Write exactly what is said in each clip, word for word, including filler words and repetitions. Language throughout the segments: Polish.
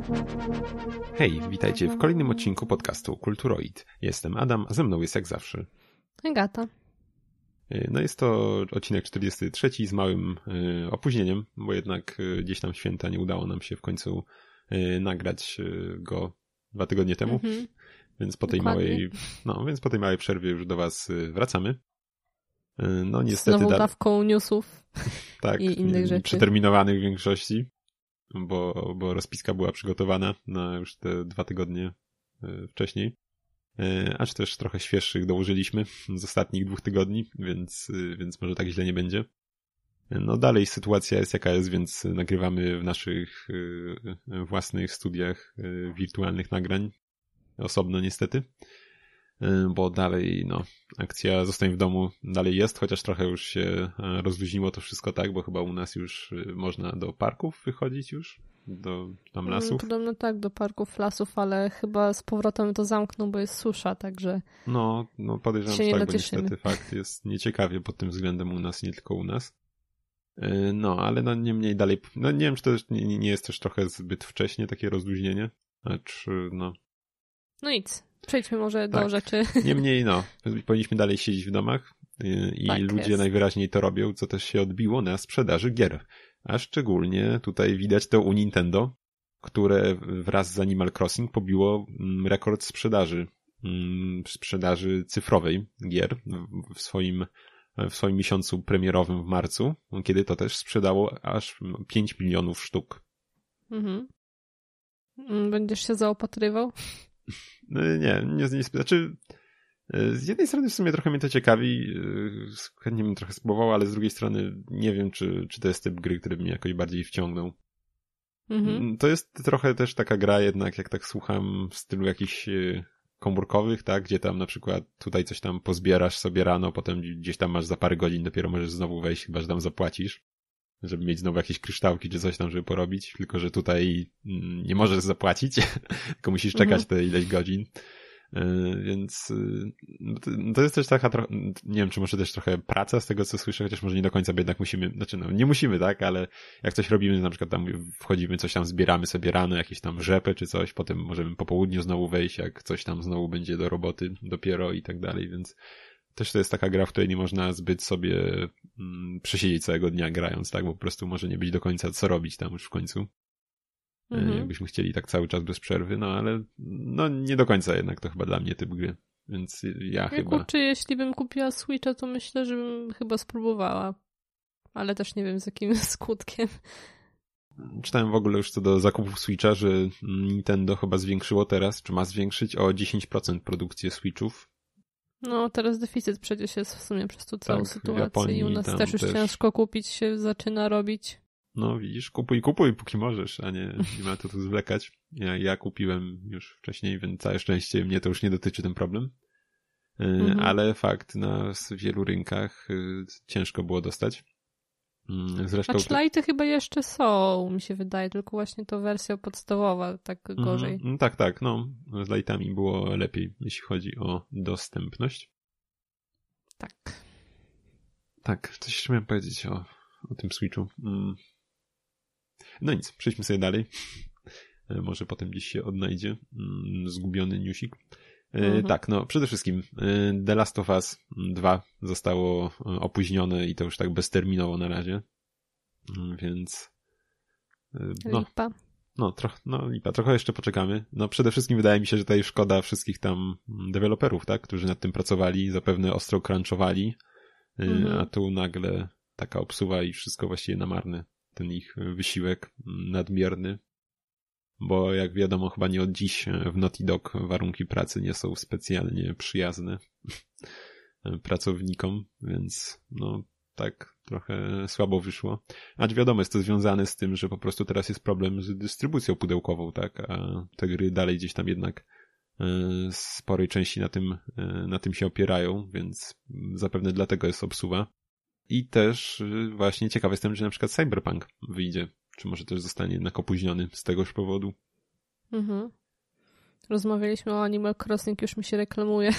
Hej, witajcie w kolejnym odcinku podcastu Kulturoid. Jestem Adam, a ze mną jest jak zawsze Agata. No jest to odcinek czterdziesty trzeci z małym y, opóźnieniem, bo jednak y, gdzieś tam święta nie udało nam się w końcu y, nagrać y, go dwa tygodnie temu, mm-hmm. więc po tej Dokładnie. małej, no więc po tej małej przerwie już do was y, wracamy. Y, no niestety. Z nową da... dawką newsów tak, i innych y, rzeczy. Przeterminowanych w większości, bo, bo rozpiska była przygotowana na już te dwa tygodnie y, wcześniej. Aż też trochę świeższych dołożyliśmy z ostatnich dwóch tygodni, więc, więc może tak źle nie będzie. No dalej sytuacja jest jaka jest, więc nagrywamy w naszych własnych studiach wirtualnych nagrań. Osobno niestety. Bo dalej, no, akcja Zostań w domu dalej jest, chociaż trochę już się rozluźniło to wszystko, tak, bo chyba u nas już można do parków wychodzić już, do tam lasów. Podobno tak, do parków, lasów, ale chyba z powrotem to zamkną, bo jest susza, także No, no podejrzewam, że tak, bo niestety fakt jest nieciekawie pod tym względem u nas, nie tylko u nas. No, ale no niemniej dalej, no nie wiem, czy to nie, nie jest też trochę zbyt wcześnie takie rozluźnienie, acz no... No nic. Przejdźmy może tak. do rzeczy. Niemniej no, powinniśmy dalej siedzieć w domach i tak, ludzie jest. najwyraźniej to robią, co też się odbiło na sprzedaży gier. A szczególnie tutaj widać to u Nintendo, które wraz z Animal Crossing pobiło rekord sprzedaży, sprzedaży cyfrowej gier w swoim, w swoim miesiącu premierowym w marcu, kiedy to też sprzedało aż pięć milionów sztuk. Mhm. Będziesz się zaopatrywał? Nie, nie, nie, nie znaczy z jednej strony w sumie trochę mnie to ciekawi, chętnie bym trochę spróbował, ale z drugiej strony nie wiem, czy, czy to jest typ gry, który mnie jakoś bardziej wciągnął. Mhm. To jest trochę też taka gra jednak, jak tak słucham, w stylu jakichś komórkowych, tak, gdzie tam na przykład tutaj coś tam pozbierasz sobie rano, potem gdzieś tam masz za parę godzin, dopiero możesz znowu wejść, chyba że tam zapłacisz, żeby mieć znowu jakieś kryształki czy coś tam, żeby porobić, tylko że tutaj nie możesz zapłacić, tylko musisz czekać te ileś godzin. Yy, więc yy, to jest też taka trochę, nie wiem, czy może też trochę praca z tego, co słyszę, chociaż może nie do końca, bo jednak musimy, znaczy no nie musimy, tak, ale jak coś robimy, na przykład tam wchodzimy, coś tam zbieramy sobie rano, jakieś tam rzepy czy coś, potem możemy po południu znowu wejść, jak coś tam znowu będzie do roboty dopiero i tak dalej, więc też to jest taka gra, w której nie można zbyt sobie mm, przesiedzieć całego dnia grając, tak, bo po prostu może nie być do końca co robić tam już w końcu. Mhm. Jakbyśmy chcieli tak cały czas bez przerwy, no ale no nie do końca jednak to chyba dla mnie typ gry, więc ja, ja chyba... Kurczę, jeśli bym kupiła Switcha, to myślę, że bym chyba spróbowała, ale też nie wiem z jakim skutkiem. Czytałem w ogóle już co do zakupów Switcha, że Nintendo chyba zwiększyło teraz, czy ma zwiększyć o dziesięć procent produkcję Switchów. No teraz deficyt przecież jest w sumie przez tą całą tak, sytuację Japonii, i u nas też już też... ciężko kupić się zaczyna robić. No widzisz, kupuj, kupuj, póki możesz, a nie, nie ma to tu zwlekać. Ja, ja kupiłem już wcześniej, więc całe szczęście mnie to już nie dotyczy ten problem. Mhm. Ale fakt, na wielu rynkach ciężko było dostać. Zresztą... Patchlighty chyba jeszcze są, mi się wydaje, tylko właśnie to wersja podstawowa tak gorzej. Mhm. Tak, tak, no. Z lightami było lepiej, jeśli chodzi o dostępność. Tak. Tak, coś jeszcze miałem powiedzieć o, o tym Switchu. Mm. No nic, przejdźmy sobie dalej. Może potem gdzieś się odnajdzie zgubiony newsik. Mhm. Tak, no przede wszystkim The Last of Us dwa zostało opóźnione i to już tak bezterminowo na razie. Więc no, lipa. No, trochę, no lipa, trochę jeszcze poczekamy. No przede wszystkim wydaje mi się, że tutaj szkoda wszystkich tam deweloperów, tak, którzy nad tym pracowali, zapewne ostro crunchowali, mhm. a tu nagle taka obsuwa i wszystko właściwie na marne. Ten ich wysiłek nadmierny, bo jak wiadomo chyba nie od dziś w Naughty Dog warunki pracy nie są specjalnie przyjazne pracownikom, więc no tak trochę słabo wyszło. Acz wiadomo, jest to związane z tym, że po prostu teraz jest problem z dystrybucją pudełkową, tak, a te gry dalej gdzieś tam jednak sporej części na tym, na tym się opierają, więc zapewne dlatego jest obsuwa. I też właśnie ciekawy jestem, że na przykład Cyberpunk wyjdzie. Czy może też zostanie jednak opóźniony z tegoż powodu. Mhm. Rozmawialiśmy o Animal Crossing, już mi się reklamuje.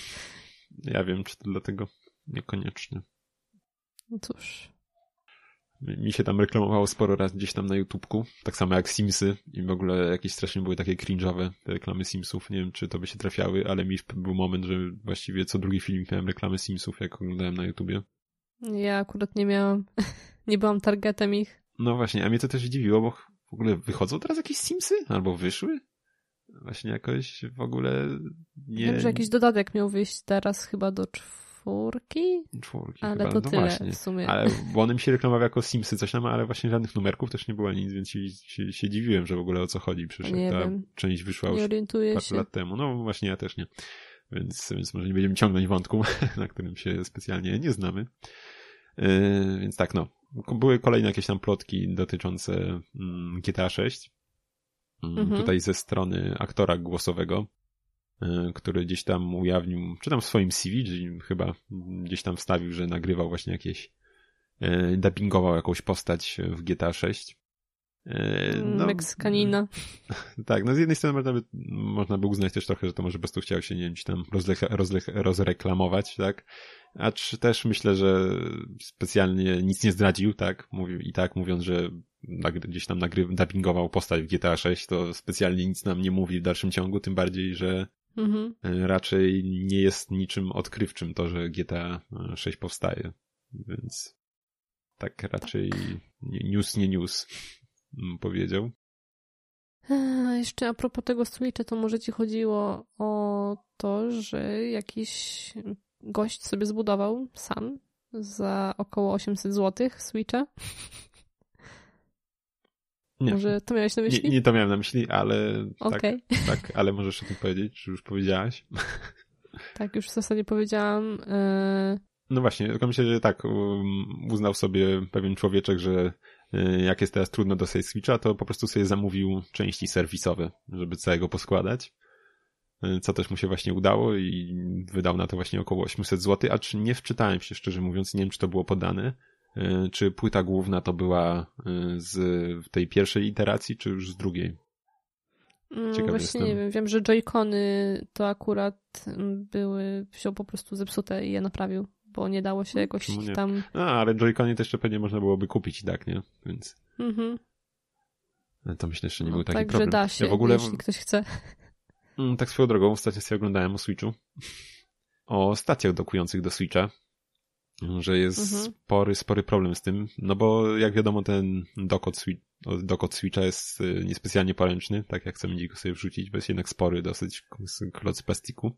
Ja wiem, czy to dlatego niekoniecznie. No cóż. Mi się tam reklamowało sporo raz gdzieś tam na YouTubeku, tak samo jak Simsy i w ogóle jakieś strasznie były takie cringe'owe te reklamy Simsów. Nie wiem, czy to by się trafiały, ale mi był moment, że właściwie co drugi film miałem reklamy Simsów, jak oglądałem na YouTubie. Ja akurat nie miałam, nie byłam targetem ich. No właśnie, a mnie to też dziwiło, bo w ogóle wychodzą teraz jakieś Simsy? Albo wyszły? Właśnie jakoś w ogóle nie... Wiem, że jakiś dodatek miał wyjść teraz chyba do czwórki, Czwórki ale chyba. to No tyle właśnie. w sumie. Ale, bo one mi się reklamowały jako Simsy coś tam, ale właśnie żadnych numerków też nie było nic, więc się, się, się dziwiłem, że w ogóle o co chodzi. Przecież Nie ta wiem. część wyszła Nie już orientuję parę się. lat temu. No właśnie ja też nie. Więc, więc może nie będziemy ciągnąć wątku, na którym się specjalnie nie znamy. Yy, więc tak, no. Były kolejne jakieś tam plotki dotyczące mm, G T A sześć. Mm, Mhm. Tutaj ze strony aktora głosowego, yy, który gdzieś tam ujawnił, czy tam w swoim C V, czyli chyba gdzieś tam wstawił, że nagrywał właśnie jakieś, yy, dubbingował jakąś postać w G T A sześć. Yy, no, Meksykanina. Tak, no z jednej strony można by, można by uznać też trochę, że to może po prostu chciał się, nie wiem, gdzieś tam rozle- rozle- rozreklamować, tak? Acz też myślę, że specjalnie nic nie zdradził, tak? Mówił i tak, mówiąc, że nagry- gdzieś tam nagry- dubbingował postać w G T A sześć, to specjalnie nic nam nie mówi w dalszym ciągu, tym bardziej, że Mhm. raczej nie jest niczym odkrywczym to, że G T A sześć powstaje, więc tak raczej news nie news, bym powiedział. A jeszcze a propos tego Switcha, to może ci chodziło o to, że jakiś gość sobie zbudował sam za około osiemset złotych Switcha? Nie. Może to miałeś na myśli? Nie, nie to miałem na myśli, ale Okej. tak, tak, ale możesz o tym powiedzieć, czy już powiedziałaś? Tak, już w zasadzie powiedziałam. Yy... No właśnie, tylko myślę, że tak, um, uznał sobie pewien człowieczek, że y, jak jest teraz trudno dostać Switcha, to po prostu sobie zamówił części serwisowe, żeby całego poskładać, y, co też mu się właśnie udało i wydał na to właśnie około osiemset złotych, acz nie wczytałem się, szczerze mówiąc, nie wiem, czy to było podane, y, czy płyta główna to była y, z tej pierwszej iteracji, czy już z drugiej. No Ciekawy właśnie jestem. nie wiem, wiem, że Joy-Cony to akurat były, wziął po prostu zepsute i je naprawił, bo nie dało się jakoś Czemu nie? tam... No, ale Joy-Cony też jeszcze pewnie można byłoby kupić i tak, nie? Więc Mhm. to myślę, że nie No, był taki także problem. da się, Ja w ogóle, jeśli ktoś chce. tak swoją drogą, ostatnio sobie oglądałem o Switchu, o stacjach dokujących do Switcha, że jest Mhm. spory, spory problem z tym, no bo jak wiadomo ten dock od, Switch, dock od Switcha jest niespecjalnie poręczny, tak jak chcemy go sobie wrzucić, bo jest jednak spory dosyć kloc plastiku.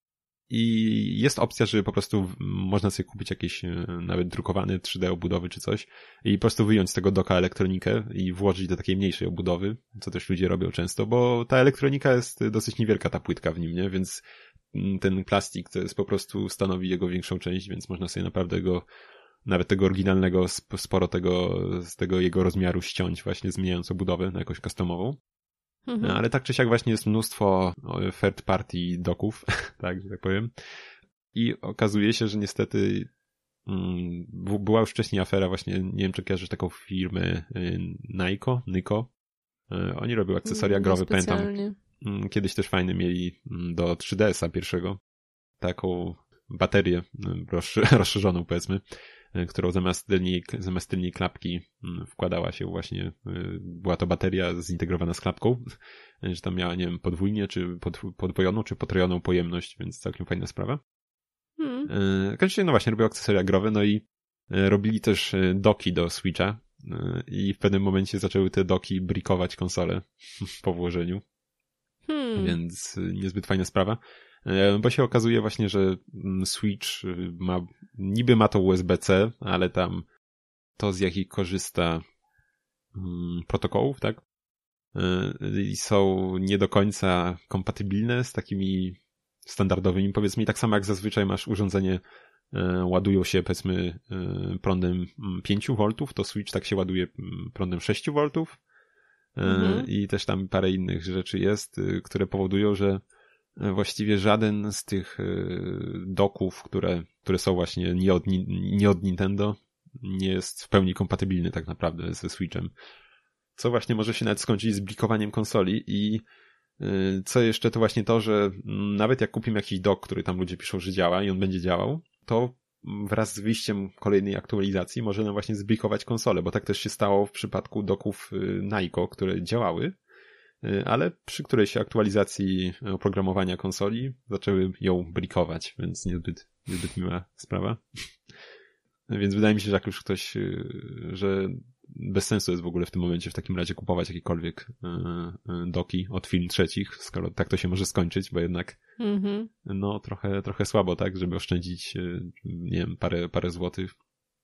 I jest opcja, że po prostu można sobie kupić jakieś nawet drukowane trzy D obudowy czy coś i po prostu wyjąć z tego doka elektronikę i włożyć do takiej mniejszej obudowy, co też ludzie robią często, bo ta elektronika jest dosyć niewielka, ta płytka w nim, nie? Więc ten plastik to jest po prostu stanowi jego większą część, więc można sobie naprawdę go, nawet tego oryginalnego, sporo tego, z tego jego rozmiaru ściąć, właśnie zmieniając obudowę na jakąś customową. Mhm. Ale tak czy siak właśnie jest mnóstwo third party doków, tak, że tak powiem. I okazuje się, że niestety mm, była już wcześniej afera właśnie, nie wiem czy kojarzysz taką firmę Nyko, Nyko. Oni robią akcesoria growe, pamiętam. Kiedyś też fajne mieli do trzy D S a pierwszego. Taką baterię rozszerzoną powiedzmy, którą zamiast tylnej, zamiast tylnej klapki wkładała się właśnie, była to bateria zintegrowana z klapką, że tam miała, nie wiem, podwójnie, czy podwojoną, czy potrojoną pojemność, więc całkiem fajna sprawa. Hmm. Koniecznie, no właśnie, robią akcesoria growe, no i robili też doki do Switcha i w pewnym momencie zaczęły te doki brikować konsolę po włożeniu, hmm. więc niezbyt fajna sprawa. Bo się okazuje właśnie, że Switch ma, niby ma to U S B C, ale tam to z jakich korzysta hmm, protokołów, tak? I są nie do końca kompatybilne z takimi standardowymi, powiedzmy, i tak samo jak zazwyczaj masz urządzenie, ładują się powiedzmy prądem pięć woltów, to Switch tak się ładuje prądem sześć woltów mhm. i też tam parę innych rzeczy jest, które powodują, że właściwie żaden z tych doków, które, które są właśnie nie od, nie od Nintendo, nie jest w pełni kompatybilny tak naprawdę ze Switchem. Co właśnie może się nawet skończyć z blikowaniem konsoli i co jeszcze to właśnie to, że nawet jak kupimy jakiś dock, który tam ludzie piszą, że działa i on będzie działał, to wraz z wyjściem kolejnej aktualizacji może nam właśnie zbrikować konsolę, bo tak też się stało w przypadku doków Nyko, które działały, ale przy którejś aktualizacji oprogramowania konsoli zaczęły ją brikować, więc niezbyt, niezbyt miła sprawa. Więc wydaje mi się, że jak już ktoś, że bez sensu jest w ogóle w tym momencie w takim razie kupować jakiekolwiek doki od firm trzecich, skoro tak to się może skończyć, bo jednak mm-hmm. no trochę, trochę słabo, tak, żeby oszczędzić, nie wiem, parę, parę złotych,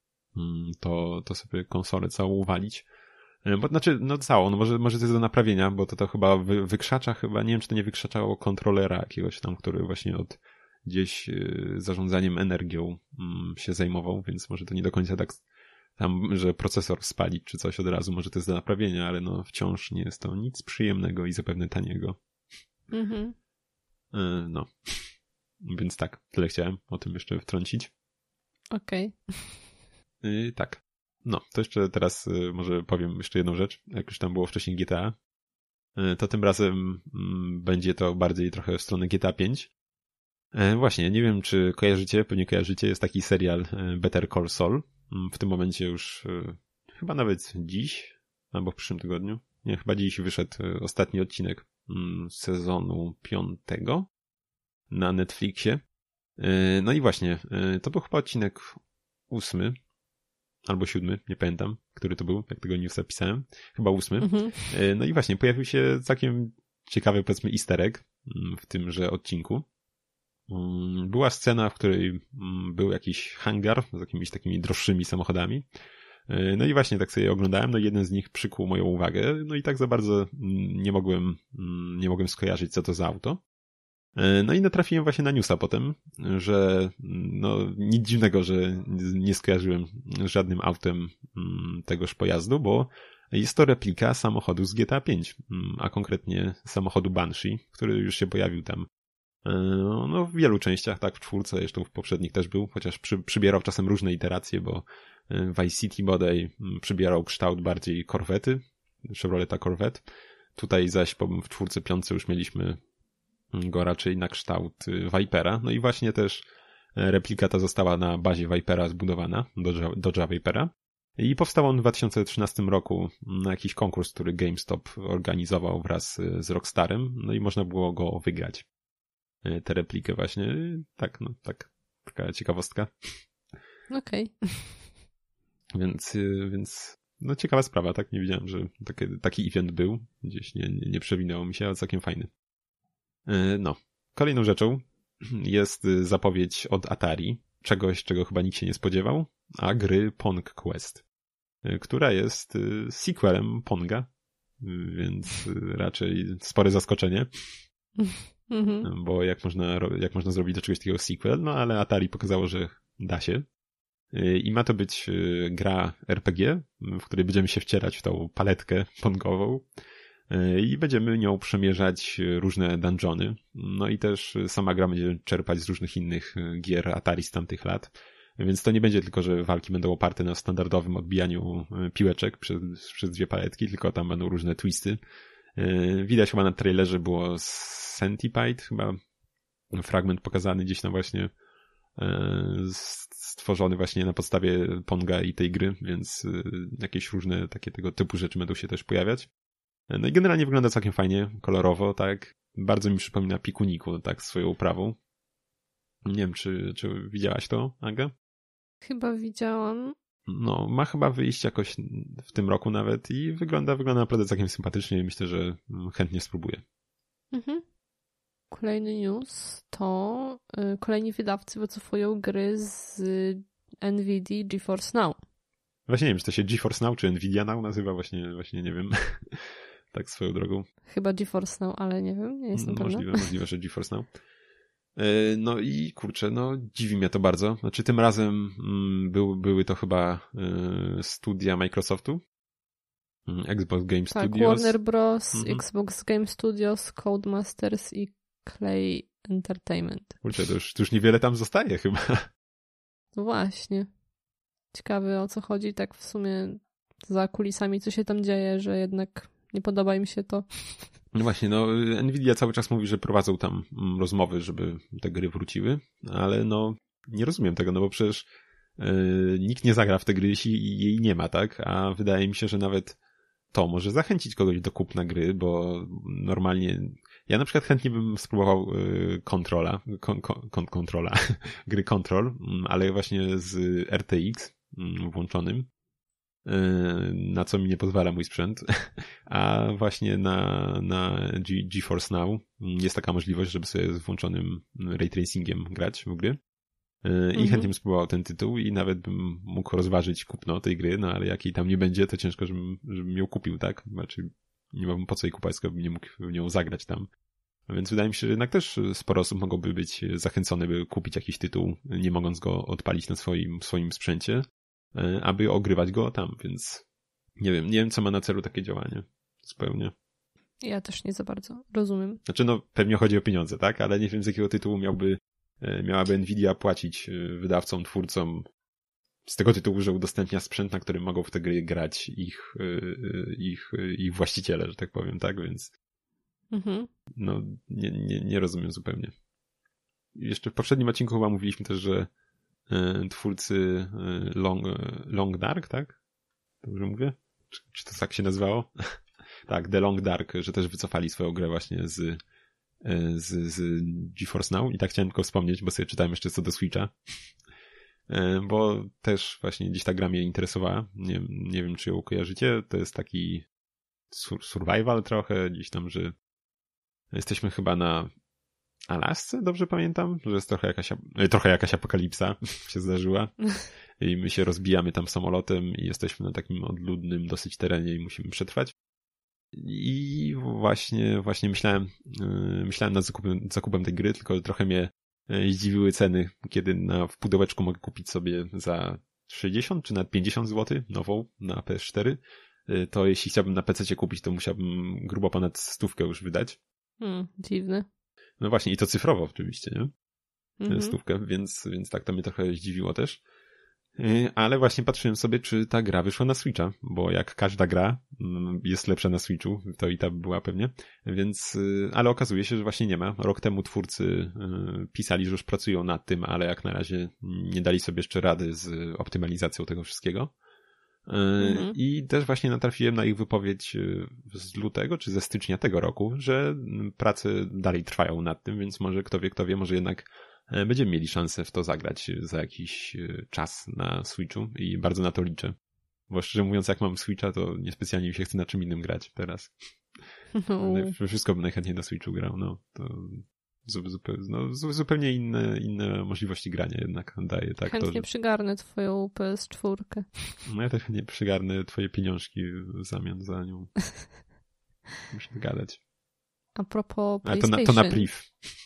to, to sobie konsolę całą uwalić. Bo znaczy, no całą, no może, może to jest do naprawienia, bo to, to chyba wy, wykrzacza chyba, nie wiem, czy to nie wykrzaczało kontrolera jakiegoś tam, który właśnie od gdzieś y, zarządzaniem energią y, się zajmował, więc może to nie do końca tak tam, że procesor spalić czy coś od razu, może to jest do naprawienia, ale no wciąż nie jest to nic przyjemnego i zapewne taniego. Mhm. Y, no. Więc tak, tyle chciałem o tym jeszcze wtrącić. Okej. Okay. Y, tak. No, to jeszcze teraz y, może powiem jeszcze jedną rzecz. Jak już tam było wcześniej G T A, y, to tym razem y, będzie to bardziej trochę w stronę G T A pięć. Y, właśnie, nie wiem czy kojarzycie, pewnie kojarzycie, jest taki serial y, Better Call Saul. Y, w tym momencie już y, chyba nawet dziś, albo w przyszłym tygodniu. Nie, chyba dziś wyszedł y, ostatni odcinek y, sezonu piątego na Netflixie. Y, no i właśnie, y, to był chyba odcinek ósmy. Albo siódmy, nie pamiętam, który to był, jak tego newsa pisałem. Chyba ósmy. Mm-hmm. No i właśnie, pojawił się całkiem ciekawy, powiedzmy, easter egg w tymże odcinku. Była scena, w której był jakiś hangar z jakimiś takimi droższymi samochodami. No i właśnie tak sobie oglądałem, no i jeden z nich przykuł moją uwagę, no i tak za bardzo nie mogłem, nie mogłem skojarzyć, co to za auto. No i natrafiłem właśnie na newsa potem, że no nic dziwnego, że nie skojarzyłem z żadnym autem tegoż pojazdu, bo jest to replika samochodu z G T A pięć, a konkretnie samochodu Banshee, który już się pojawił tam no w wielu częściach, tak, w czwórce, zresztą w poprzednich też był, chociaż przy, przybierał czasem różne iteracje, bo Vice City bodaj przybierał kształt bardziej korwety, Chevroleta Corvette. Tutaj zaś w czwórce, piątce już mieliśmy go raczej na kształt Vipera. No i właśnie też replika ta została na bazie Vipera zbudowana, Dodge'a, Dodge'a Vipera. I powstał on w dwa tysiące trzynastym roku na jakiś konkurs, który GameStop organizował wraz z Rockstarem. No i można było go wygrać. Tę replikę właśnie. Tak, no tak. Taka ciekawostka. Okej. Okay. Więc, więc no ciekawa sprawa, tak? Nie wiedziałem, że taki, taki event był. Gdzieś nie, nie, nie przewinęło mi się, ale całkiem fajny. No. Kolejną rzeczą jest zapowiedź od Atari, czegoś, czego chyba nikt się nie spodziewał, a gry Pong Quest, która jest sequelem Ponga, więc raczej spore zaskoczenie, mm-hmm. bo jak można, jak można zrobić do czegoś takiego sequel, no ale Atari pokazało, że da się. I ma to być gra er pe gie, w której będziemy się wcierać w tą paletkę pongową i będziemy nią przemierzać różne dungeony. No i też sama gra będzie czerpać z różnych innych gier Atari z tamtych lat. Więc to nie będzie tylko, że walki będą oparte na standardowym odbijaniu piłeczek przez, przez dwie paletki, tylko tam będą różne twisty. Widać chyba na trailerze było Centipede, chyba fragment pokazany gdzieś tam właśnie stworzony właśnie na podstawie Ponga i tej gry, więc jakieś różne takie tego typu rzeczy będą się też pojawiać. No i generalnie wygląda całkiem fajnie, kolorowo, tak. Bardzo mi przypomina Pikuniku, tak, swoją uprawą. Nie wiem, czy, czy widziałaś to, Aga? Chyba widziałam. No, ma chyba wyjść jakoś w tym roku nawet i wygląda, wygląda naprawdę całkiem sympatycznie i myślę, że chętnie spróbuję. Mhm. Kolejny news to y, kolejni wydawcy wycofują gry z NVIDIA GeForce Now. Właśnie nie wiem, czy to się GeForce Now, czy Nvidia Now nazywa, właśnie, właśnie nie wiem. Tak swoją drogą. Chyba GeForce Now, ale nie wiem, nie jestem pewna. Możliwe, możliwe, że GeForce Now. No i kurczę, no dziwi mnie to bardzo. Znaczy tym razem był, były to chyba studia Microsoftu. Xbox Game tak, Studios. Warner Bros., mhm. Xbox Game Studios, Codemasters i Clay Entertainment. Kurczę, to już, to już niewiele tam zostaje chyba. No właśnie. Ciekawe o co chodzi tak w sumie za kulisami, co się tam dzieje, że jednak nie podoba im się to. No właśnie, no Nvidia cały czas mówi, że prowadzą tam rozmowy, żeby te gry wróciły, ale no nie rozumiem tego, no bo przecież yy, nikt nie zagra w te gry, jeśli jej nie ma, tak? A wydaje mi się, że nawet to może zachęcić kogoś do kupna gry, bo normalnie ja na przykład chętnie bym spróbował yy, kontrola, kon, kon, kontrola, gry Control, ale właśnie z R T X yy, włączonym, yy, na co mi nie pozwala mój sprzęt, a właśnie na, na G- GeForce Now jest taka możliwość, żeby sobie z włączonym ray tracingiem grać w gry. I mhm. chętnie bym spróbował ten tytuł i nawet bym mógł rozważyć kupno tej gry, no ale jak jej tam nie będzie, to ciężko, żebym, żebym ją kupił, tak? Znaczy, nie mam po co jej kupować, skoro bym nie mógł w nią zagrać tam. Więc wydaje mi się, że jednak też sporo osób mogłoby być zachęcone, by kupić jakiś tytuł, nie mogąc go odpalić na swoim, swoim sprzęcie, aby ogrywać go tam, więc nie wiem, nie wiem, co ma na celu takie działanie. Zupełnie. Ja też nie za bardzo rozumiem. Znaczy, no pewnie chodzi o pieniądze, tak? Ale nie wiem, z jakiego tytułu miałby miałaby Nvidia płacić wydawcom, twórcom z tego tytułu, że udostępnia sprzęt, na którym mogą w te gry grać ich, ich, ich właściciele, że tak powiem, tak? Więc mhm. no nie, nie, nie rozumiem zupełnie. Jeszcze w poprzednim odcinku chyba mówiliśmy też, że twórcy Long, Long Dark, tak? Dobrze mówię? Czy, czy to tak się nazywało? Tak, The Long Dark, że też wycofali swoją grę właśnie z Z, z GeForce Now i tak chciałem tylko wspomnieć, bo sobie czytałem jeszcze co do Switcha, bo też właśnie gdzieś ta gra mnie interesowała, nie, nie wiem czy ją kojarzycie, to jest taki sur- survival trochę, gdzieś tam, że jesteśmy chyba na Alasce, dobrze pamiętam, że jest trochę jakaś, trochę jakaś apokalipsa się zdarzyła i my się rozbijamy tam samolotem i jesteśmy na takim odludnym dosyć terenie i musimy przetrwać. I właśnie, właśnie myślałem, myślałem nad zakupem, zakupem tej gry, tylko trochę mnie zdziwiły ceny, kiedy na, w pudełeczku mogę kupić sobie za sześćdziesiąt czy nawet pięćdziesiąt złotych nową na P S cztery, to jeśli chciałbym na pececie kupić, to musiałbym grubo ponad stówkę już wydać. Hmm, dziwne. No właśnie, i to cyfrowo oczywiście, nie? Mhm. Stówkę, więc, więc tak to mnie trochę zdziwiło też. Ale właśnie patrzyłem sobie, czy ta gra wyszła na Switcha, bo jak każda gra jest lepsza na Switchu, to i ta była pewnie, więc, ale okazuje się, że właśnie nie ma. Rok temu twórcy pisali, że już pracują nad tym, ale jak na razie nie dali sobie jeszcze rady z optymalizacją tego wszystkiego. Mhm. I też właśnie natrafiłem na ich wypowiedź z lutego, czy ze stycznia tego roku, że prace dalej trwają nad tym, więc może kto wie, kto wie, może jednak będziemy mieli szansę w to zagrać za jakiś czas na Switchu i bardzo na to liczę. Bo szczerze mówiąc, jak mam Switcha, to niespecjalnie mi się chce na czym innym grać teraz. No. Wszystko bym najchętniej na Switchu grał, no. To zupełnie, no, zupełnie inne, inne możliwości grania jednak daje. Tak, chętnie to, że... przygarnę twoją P S cztery. No ja też chętnie przygarnę twoje pieniążki w zamian za nią. Musimy gadać. A propos Ale PlayStation. to na, to na priv.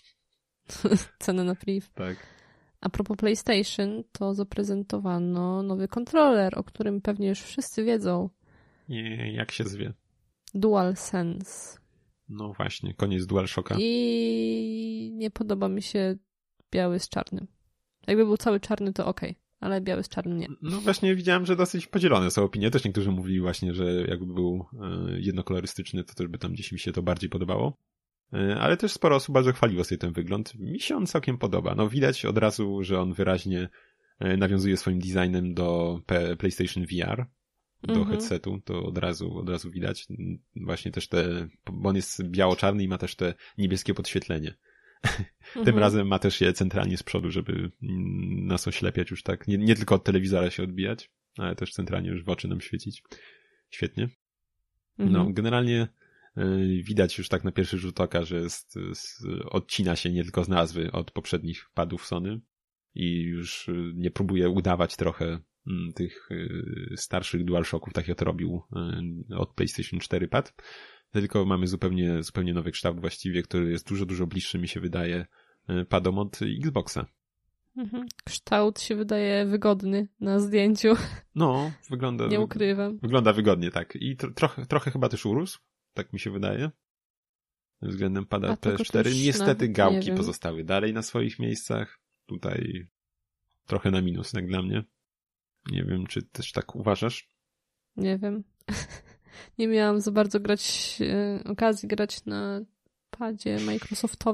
Cenę na priv. Tak. A propos PlayStation, to zaprezentowano nowy kontroler, o którym pewnie już wszyscy wiedzą. Nie, jak się zwie? DualSense. No właśnie, koniec DualShocka. I nie podoba mi się biały z czarnym. Jakby był cały czarny, to okej, okay, ale biały z czarnym nie. No właśnie widziałem, że dosyć podzielone są opinie. Też niektórzy mówili właśnie, że jakby był jednokolorystyczny, to też by tam gdzieś mi się to bardziej podobało. Ale też sporo osób bardzo chwaliło sobie ten wygląd. Mi się on całkiem podoba. No widać od razu, że on wyraźnie nawiązuje swoim designem do PlayStation V R, do mm-hmm. headsetu. To od razu, od razu widać. Właśnie też te, bo on jest biało-czarny i ma też te niebieskie podświetlenie. Mm-hmm. Tym razem ma też je centralnie z przodu, żeby nas oślepiać już tak. Nie, nie tylko od telewizora się odbijać, ale też centralnie już w oczy nam świecić. Świetnie. Mm-hmm. No, generalnie widać już tak na pierwszy rzut oka, że jest, odcina się nie tylko z nazwy od poprzednich padów Sony i już nie próbuje udawać trochę tych starszych DualShocków, tak jak to robił od PlayStation cztery pad, tylko mamy zupełnie, zupełnie nowy kształt właściwie, który jest dużo, dużo bliższy, mi się wydaje, padom od Xboxa. Mhm. Kształt się wydaje wygodny na zdjęciu. No, wygląda... Nie ukrywam. Wygląda wygodnie, tak. I tro, trochę, trochę chyba też urósł. Tak mi się wydaje. Względem pada P S cztery. Niestety gałki pozostały dalej na swoich miejscach. Tutaj trochę na minus, jak dla mnie. Nie wiem, czy też tak uważasz? Nie wiem. Nie miałam za bardzo grać, e, okazji grać na padzie Microsoftowym.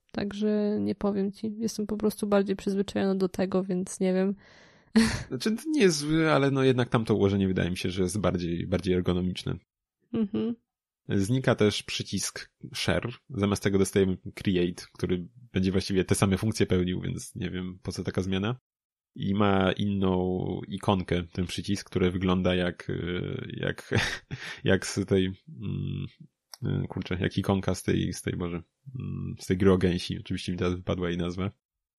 Także nie powiem ci. Jestem po prostu bardziej przyzwyczajona do tego, więc nie wiem. Znaczy to nie jest zły, ale no jednak tamto ułożenie wydaje mi się, że jest bardziej, bardziej ergonomiczne. Mhm. Znika też przycisk Share. Zamiast tego dostajemy Create, który będzie właściwie te same funkcje pełnił, więc nie wiem po co taka zmiana. I ma inną ikonkę, ten przycisk, który wygląda jak jak, jak z tej kurczę, jak ikonka z tej, z tej Boże, z tej gry o gęsi. Oczywiście mi teraz wypadła jej nazwa.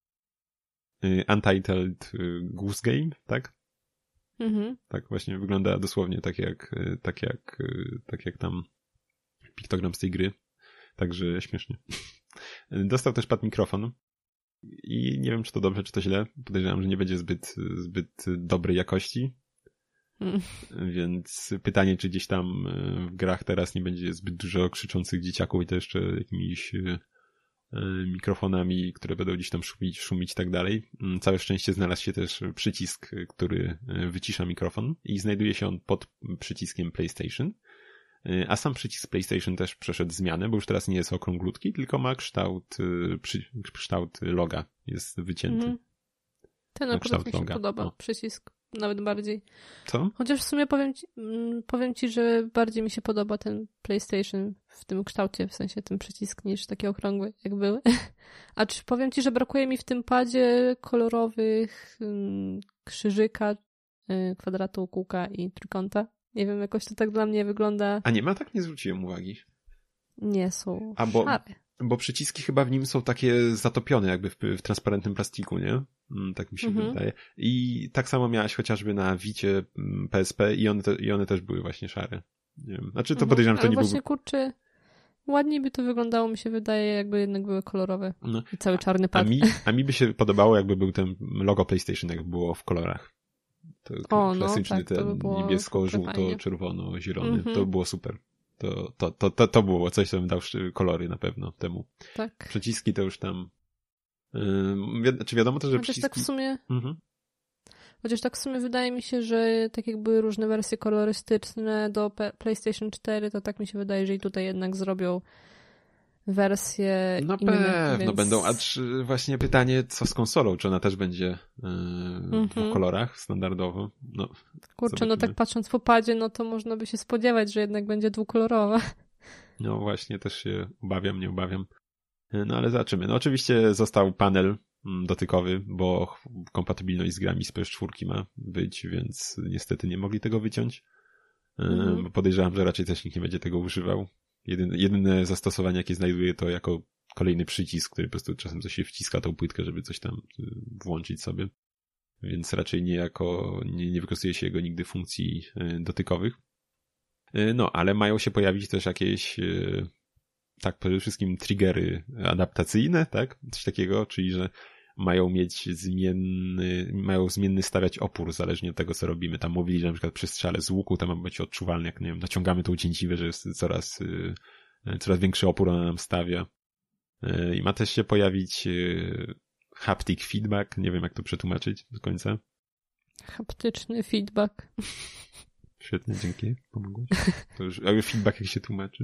Untitled Goose Game, tak? Mhm. Tak właśnie wygląda dosłownie tak jak, tak jak, tak jak tam piktogram z tej gry. Także śmiesznie. Dostał też pad mikrofon i nie wiem, czy to dobrze, czy to źle. Podejrzewam, że nie będzie zbyt, zbyt dobrej jakości. Mm. Więc pytanie, czy gdzieś tam w grach teraz nie będzie zbyt dużo krzyczących dzieciaków i to jeszcze jakimiś mikrofonami, które będą gdzieś tam szumić, szumić i tak dalej. Całe szczęście znalazł się też przycisk, który wycisza mikrofon i znajduje się on pod przyciskiem PlayStation. A sam przycisk PlayStation też przeszedł zmianę, bo już teraz nie jest okrąglutki, tylko ma kształt, przy, kształt loga. Jest wycięty. Mm. Ten akurat mi się loga. podoba, o. Przycisk nawet bardziej. Co? Chociaż w sumie powiem ci, powiem ci, że bardziej mi się podoba ten PlayStation w tym kształcie, w sensie ten przycisk, niż taki okrągły, jak były. A czy powiem ci, że brakuje mi w tym padzie kolorowych krzyżyka, kwadratu, kółka i trójkąta. Nie wiem, jakoś to tak dla mnie wygląda. A nie ma? Tak nie zwróciłem uwagi. Nie są A bo, szare. Bo przyciski chyba w nim są takie zatopione jakby w, w transparentnym plastiku, nie? Tak mi się mhm. wydaje. I tak samo miałaś chociażby na Vicie P S P i one, te, i one też były właśnie szare. Nie wiem. Znaczy to mhm. podejrzewam, że to Ale nie właśnie, byłby... kurczę, ładniej by to wyglądało, mi się wydaje, jakby jednak były kolorowe. No. I cały czarny pad. A mi, a mi by się podobało, jakby był ten logo PlayStation, jakby było w kolorach. To, to o, klasyczny no, tak, ten by niebiesko, żółto, czerwono, zielony. Mhm. To by było super. To, to, to, to, to było coś, co bym dał kolory na pewno temu. Tak. Przyciski to już tam... Yy, wi- czy wiadomo to, że Chociaż przyciski... tak w sumie... Mhm. Chociaż tak w sumie wydaje mi się, że tak jak były różne wersje kolorystyczne do P- PlayStation cztery, to tak mi się wydaje, że i tutaj jednak zrobią wersje no inne. pewno więc... będą, a czy właśnie pytanie, co z konsolą? Czy ona też będzie yy, mhm. w kolorach standardowo? No, kurczę, zobaczymy. No tak patrząc po padzie, no to można by się spodziewać, że jednak będzie dwukolorowa. No właśnie, też się obawiam, nie obawiam. No ale zobaczymy. No oczywiście został panel dotykowy, bo kompatybilność z grami z P S cztery ma być, więc niestety nie mogli tego wyciąć. Mhm. Bo podejrzewam, że raczej też nikt nie będzie tego używał. Jedyne, jedyne zastosowanie, jakie znajduję, to jako kolejny przycisk, który po prostu czasem coś się wciska tą płytkę, żeby coś tam włączyć sobie. Więc raczej nie jako, nie, nie wykorzystuje się jego nigdy funkcji dotykowych. No, ale mają się pojawić też jakieś, tak, przede wszystkim triggery adaptacyjne, tak? Coś takiego, czyli że mają mieć zmienny, mają zmienny stawiać opór, zależnie od tego, co robimy. Tam mówili, że na przykład przy strzale z łuku tam ma być odczuwalny, jak nie wiem, naciągamy tą cięciwę, że jest coraz, coraz większy opór ona nam stawia. I ma też się pojawić haptic feedback, nie wiem jak to przetłumaczyć do końca. Haptyczny feedback. Świetnie, dzięki, pomogłeś. To już, ale feedback jak się tłumaczy?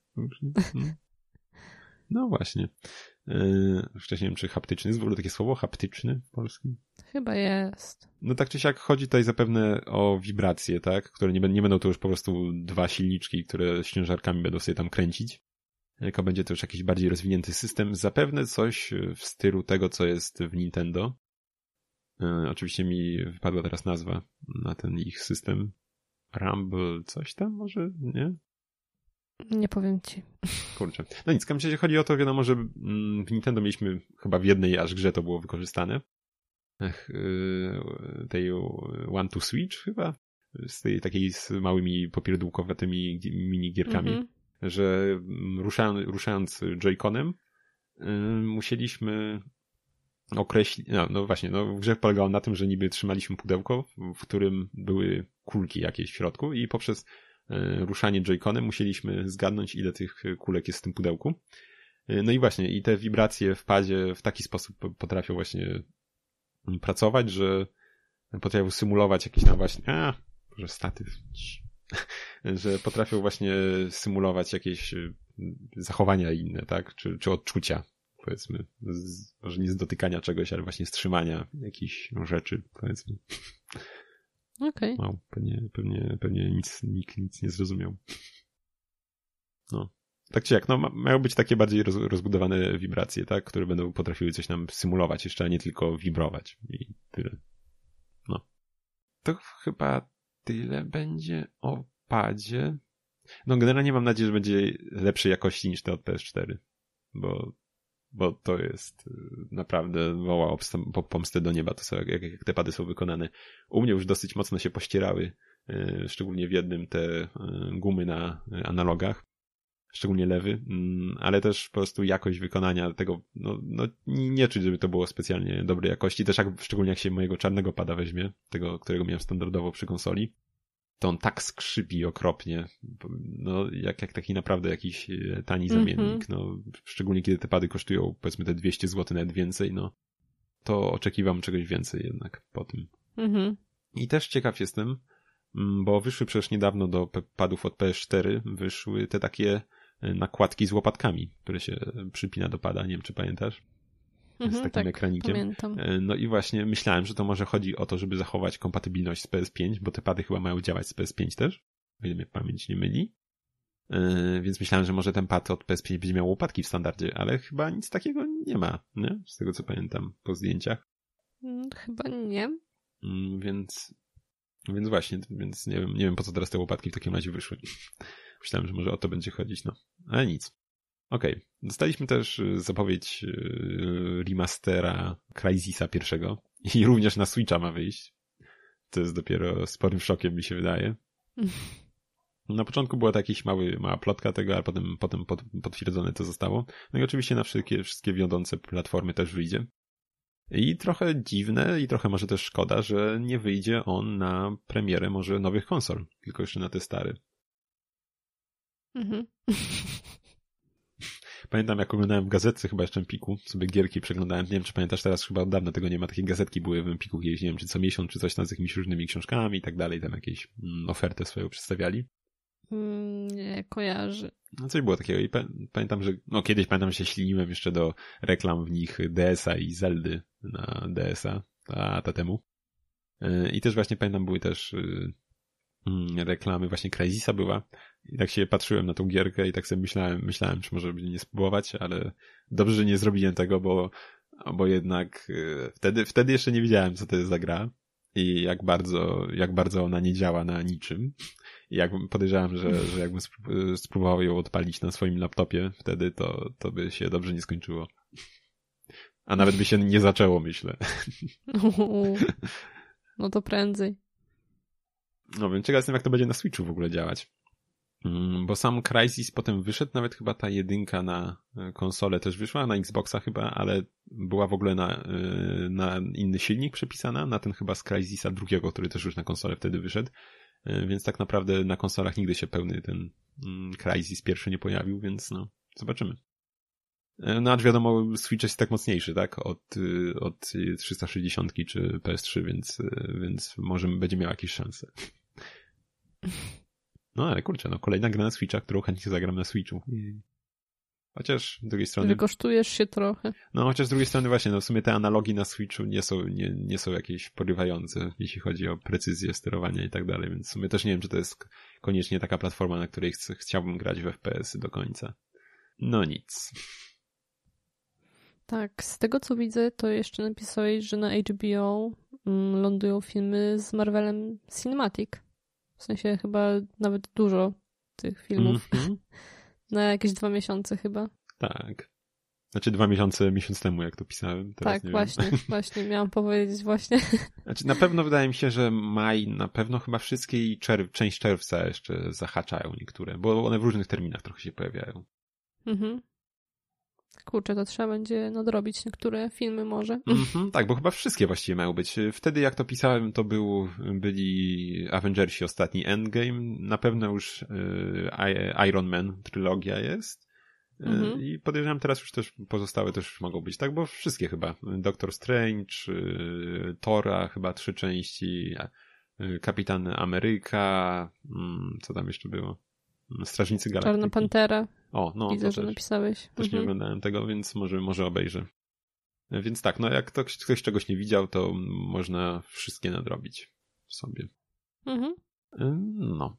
No właśnie. Yy, wcześniej nie wiem, czy haptyczny jest w ogóle takie słowo, haptyczny w polskim? Chyba jest. No tak czy siak chodzi tutaj zapewne o wibracje, tak? Które nie, nie będą to już po prostu dwa silniczki, które z ciężarkami będą sobie tam kręcić. Jako będzie to już jakiś bardziej rozwinięty system. Zapewne coś w stylu tego, co jest w Nintendo. Yy, oczywiście mi wypadła teraz nazwa na ten ich system. Rumble, coś tam może, nie? Nie powiem ci. Kurczę. No nic, w każdym razie chodzi o to, wiadomo, że w Nintendo mieliśmy chyba w jednej aż grze to było wykorzystane. Ech, yy, tej One to Switch chyba? Z tej takiej z małymi popierdółkowatymi minigierkami. Mm-hmm. Że ruszając, ruszając Joy-Conem yy, musieliśmy określić, no, no właśnie, no w grze polegało na tym, że niby trzymaliśmy pudełko, w którym były kulki jakieś w środku i poprzez y, ruszanie Joy-Conem musieliśmy zgadnąć, ile tych kulek jest w tym pudełku. Y, no i właśnie, i te wibracje w padzie w taki sposób potrafią właśnie pracować, że potrafią symulować jakieś tam właśnie, a, może statyw, że potrafią właśnie symulować jakieś zachowania inne, tak, czy, czy odczucia. powiedzmy, z, może nie z dotykania czegoś, ale właśnie z trzymania jakichś rzeczy, powiedzmy. Okej. Okay. Wow, pewnie, pewnie, pewnie nic, nikt nic nie zrozumiał. No. Tak czy jak, no mają być takie bardziej roz, rozbudowane wibracje, tak, które będą potrafiły coś nam symulować jeszcze, a nie tylko wibrować i tyle. No. To chyba tyle będzie o padzie. No generalnie mam nadzieję, że będzie lepszej jakości niż te od P S cztery, bo, bo to jest naprawdę woła o pomstę do nieba, to są, jak, jak te pady są wykonane. U mnie już dosyć mocno się pościerały, szczególnie w jednym te gumy na analogach, szczególnie lewy, ale też po prostu jakość wykonania tego, no, no nie czuć, żeby to było specjalnie dobrej jakości, też jak, szczególnie jak się mojego czarnego pada weźmie, tego, którego miałem standardowo przy konsoli, to on tak skrzypi okropnie, no jak, jak taki naprawdę jakiś tani zamiennik, mm-hmm. no szczególnie kiedy te pady kosztują powiedzmy te dwieście złotych, nawet więcej, no to oczekiwam czegoś więcej jednak po tym. Mm-hmm. I też ciekaw jestem, bo wyszły przecież niedawno do padów od P S cztery, wyszły te takie nakładki z łopatkami, które się przypina do pada, nie wiem czy pamiętasz? Z takim tak, ekranikiem. Pamiętam. No i właśnie myślałem, że to może chodzi o to, żeby zachować kompatybilność z P S pięć, bo te pady chyba mają działać z P S pięć też, o ile mnie pamięć nie myli. Więc myślałem, że może ten pad od P S pięć będzie miał łopatki w standardzie, ale chyba nic takiego nie ma, nie? Z tego co pamiętam po zdjęciach. Chyba nie. Więc, więc właśnie, więc nie wiem, nie wiem po co teraz te łopatki w takim razie wyszły. Myślałem, że może o to będzie chodzić, no. Ale nic. Okej. Okay. Dostaliśmy też zapowiedź remastera Crysisa pierwszego i również na Switcha ma wyjść. To jest dopiero sporym szokiem, mi się wydaje. Na początku była to jakaś mały, mała plotka tego, ale potem, potem pod, potwierdzone to zostało. No i oczywiście na wszystkie, wszystkie wiodące platformy też wyjdzie. I trochę dziwne i trochę może też szkoda, że nie wyjdzie on na premierę może nowych konsol, tylko jeszcze na te stare. Mhm. Pamiętam, jak oglądałem w gazetce chyba jeszcze w Empiku, sobie gierki przeglądałem, nie wiem, czy pamiętasz, teraz chyba od dawna tego nie ma, takie gazetki były w Empiku kiedyś, nie wiem, czy co miesiąc, czy coś tam z jakimiś różnymi książkami i tak dalej, tam jakieś mm, ofertę swoją przedstawiali. Mm, nie, kojarzy. No coś było takiego i pa- pamiętam, że, no kiedyś pamiętam, że się śliniłem jeszcze do reklam w nich D S a i Zeldy na D S a, lata temu. Yy, I też właśnie pamiętam, były też yy, yy, reklamy, właśnie Crysisa była i tak się patrzyłem na tą gierkę i tak sobie myślałem, myślałem, czy może by nie spróbować, ale dobrze, że nie zrobiłem tego, bo, bo jednak yy, wtedy, wtedy jeszcze nie wiedziałem, co to jest za gra i jak bardzo, jak bardzo ona nie działa na niczym. I jak podejrzewam, że, że jakbym spróbował ją odpalić na swoim laptopie wtedy, to, to by się dobrze nie skończyło. A nawet by się nie zaczęło, myślę. No to prędzej. No wiem, ciekaw jestem, jak to będzie na Switchu w ogóle działać. Bo sam Crysis potem wyszedł, nawet chyba ta jedynka na konsolę też wyszła, na Xboxa chyba, ale była w ogóle na, na inny silnik przepisana, na ten chyba z Crysisa drugiego, który też już na konsolę wtedy wyszedł. Więc tak naprawdę na konsolach nigdy się pełny ten Crysis pierwszy nie pojawił, więc no, zobaczymy. No, acz wiadomo, Switch jest tak mocniejszy, tak? Od, od trzysta sześćdziesiąt czy P S trzy, więc, więc może będzie miał jakieś szanse. No ale kurczę, no kolejna gra na Switcha, którą chętnie zagram na Switchu. Chociaż z drugiej strony... Wykosztujesz się trochę. No chociaż z drugiej strony właśnie, no w sumie te analogi na Switchu nie są, nie, nie są jakieś porywające, jeśli chodzi o precyzję sterowania i tak dalej, więc w sumie też nie wiem, czy to jest koniecznie taka platforma, na której ch- chciałbym grać w F P S-y do końca. No nic. Tak, z tego co widzę, to jeszcze napisałeś, że na H B O mm, lądują filmy z Marvelem Cinematic. W sensie chyba nawet dużo tych filmów. Mm-hmm. Na jakieś dwa miesiące chyba. Tak. Znaczy dwa miesiące, miesiąc temu, jak to pisałem. Teraz tak, nie właśnie, wiem. właśnie, miałam powiedzieć właśnie. Znaczy na pewno wydaje mi się, że maj, na pewno chyba wszystkie i czerw- część czerwca jeszcze zahaczają niektóre, bo one w różnych terminach trochę się pojawiają. Mhm. Kurczę, to trzeba będzie nadrobić niektóre filmy może. Mm-hmm, tak, bo chyba wszystkie właściwie mają być. Wtedy jak to pisałem, to był, byli Avengersi ostatni Endgame. Na pewno już y, Iron Man trylogia jest. Y, mm-hmm. I podejrzewam teraz już też pozostałe też już mogą być, tak? Bo wszystkie chyba. Doctor Strange, y, Thora chyba trzy części, y, Kapitan Ameryka, y, co tam jeszcze było? Strażnicy Galaktyki. Czarna Pantera. O, no Widzę, to że też, napisałeś. też mhm. nie oglądałem tego, więc może, może obejrzę. Więc tak, no jak ktoś, ktoś czegoś nie widział, to można wszystkie nadrobić sobie. Mhm. No.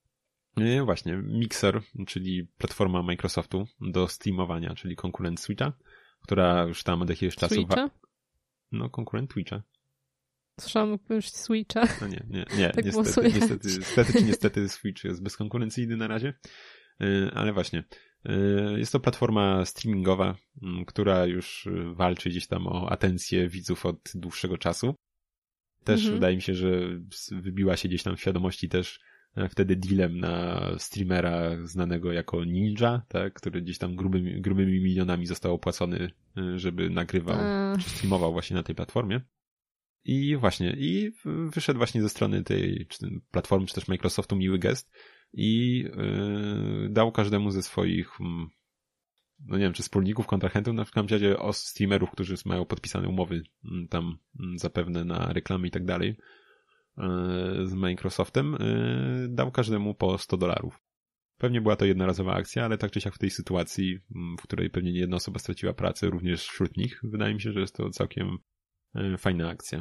I właśnie, Mixer, czyli platforma Microsoftu do streamowania, czyli konkurent Switcha, która już tam od jakiegoś czasu... Switcha? No, konkurent Twitcha. Słyszałam już Switcha. No nie, nie, nie, tak niestety, niestety, niestety czy niestety Switch jest bezkonkurencyjny na razie, ale właśnie, jest to platforma streamingowa, która już walczy gdzieś tam o atencję widzów od dłuższego czasu. Też mhm. wydaje mi się, że wybiła się gdzieś tam w świadomości też wtedy dealem na streamera znanego jako Ninja, tak, który gdzieś tam grubymi, grubymi milionami został opłacony, żeby nagrywał, A. czy streamował właśnie na tej platformie. I właśnie, i wyszedł właśnie ze strony tej czy platformy, czy też Microsoftu miły gest i yy, dał każdemu ze swoich, no nie wiem, czy wspólników, kontrahentów, na przykład w razie os streamerów, którzy mają podpisane umowy tam zapewne na reklamy i tak dalej yy, z Microsoftem, yy, dał każdemu po sto dolarów. Pewnie była to jednorazowa akcja, ale tak czy siak w tej sytuacji, w której pewnie nie jedna osoba straciła pracę, również wśród nich, wydaje mi się, że jest to całkiem yy, fajna akcja.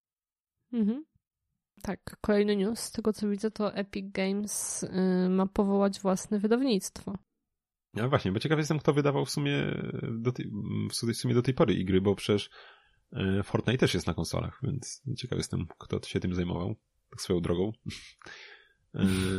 Mhm. Tak, kolejny news. Z tego co widzę, to Epic Games y, ma powołać własne wydawnictwo. No właśnie, bo ciekaw jestem, kto wydawał w sumie do tej, w sumie do tej pory i gry, bo przecież y, Fortnite też jest na konsolach, więc ciekaw jestem, kto się tym zajmował, tak swoją drogą. y,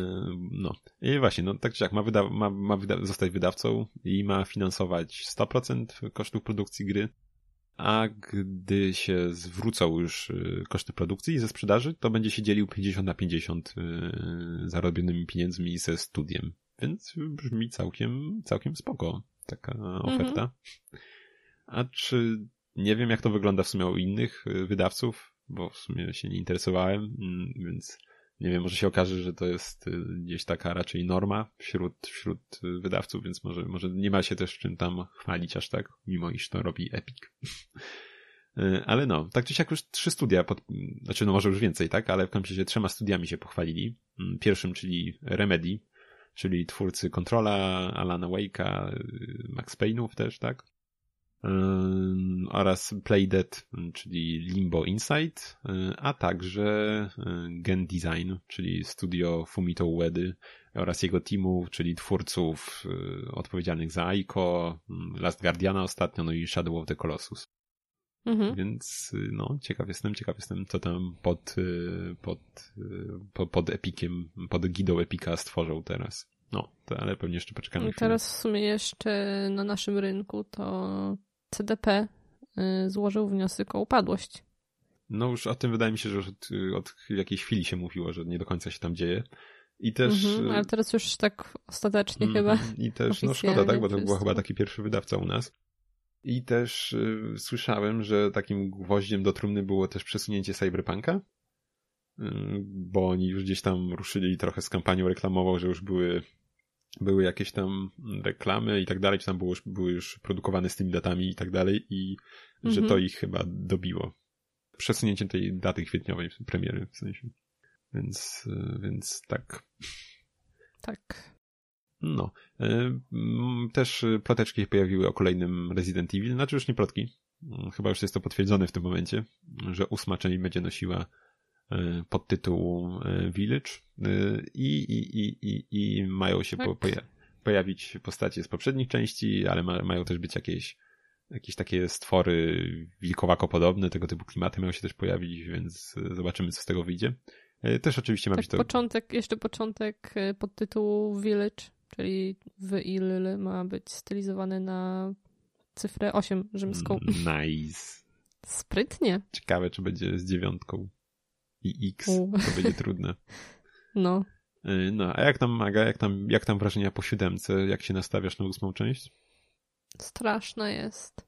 no i właśnie, no tak czy jak, ma, wyda ma, ma wyda zostać wydawcą i ma finansować sto procent kosztów produkcji gry. A gdy się zwrócą już koszty produkcji i ze sprzedaży, to będzie się dzielił pięćdziesiąt na pięćdziesiąt zarobionymi pieniędzmi ze studiem. Więc brzmi całkiem, całkiem spoko taka oferta. Mm-hmm. A czy nie wiem, jak to wygląda w sumie u innych wydawców, bo w sumie się nie interesowałem, więc nie wiem, może się okaże, że to jest gdzieś taka raczej norma wśród, wśród wydawców, więc może, może nie ma się też czym tam chwalić aż tak, mimo iż to robi Epic. Ale no, tak czy siak już trzy studia, pod, znaczy no może już więcej, tak, ale w każdym razie trzema studiami się pochwalili. Pierwszym, czyli Remedy, czyli twórcy Controla, Alana Wake'a, Max Payne'ów też, tak? Um, oraz Playdead, czyli Limbo Inside, a także Gen Design, czyli studio Fumito Uedy oraz jego teamu, czyli twórców odpowiedzialnych za Ico, Last Guardiana ostatnio, no i Shadow of the Colossus. Mhm. Więc no, ciekaw jestem, ciekaw jestem, co tam pod, pod, pod, pod Epiciem, pod gidą Epica stworzą teraz. No, to, ale pewnie jeszcze poczekamy. I teraz w sumie jeszcze na naszym rynku to C D P złożył wniosek o upadłość. No już o tym wydaje mi się, że od, od jakiejś chwili się mówiło, że nie do końca się tam dzieje. I też... Mhm, ale teraz już tak ostatecznie mm, chyba. I też, no szkoda, tak, bo to był chyba taki pierwszy wydawca u nas. I też y, słyszałem, że takim gwoździem do trumny było też przesunięcie Cyberpunka, y, bo oni już gdzieś tam ruszyli trochę z kampanią reklamową, że już były były jakieś tam reklamy i tak dalej, czy tam było, były już produkowane z tymi datami i tak dalej i mm-hmm. że to ich chyba dobiło. Przesunięciem tej daty kwietniowej premiery w sensie. Więc, więc tak. Tak. No. Też ploteczki się pojawiły o kolejnym Resident Evil, znaczy już nie plotki. Chyba już jest to potwierdzone w tym momencie, że ósma część będzie nosiła podtytuł Village i, i, i, i, i mają się tak. po, poja- pojawić postacie z poprzednich części, ale ma, mają też być jakieś jakieś takie stwory wilkowako podobne, tego typu klimaty mają się też pojawić, więc zobaczymy, co z tego wyjdzie. Też oczywiście ma tak, być to... Początek, jeszcze początek podtytułu Village, czyli w I L L ma być stylizowany na cyfrę osiem rzymską. Nice. Sprytnie. Ciekawe, czy będzie z dziewiątką i X. U. To będzie trudne. No. No, a jak tam, Maga, jak tam, jak tam wrażenia po siódemce? Jak się nastawiasz na ósmą część? Straszna jest.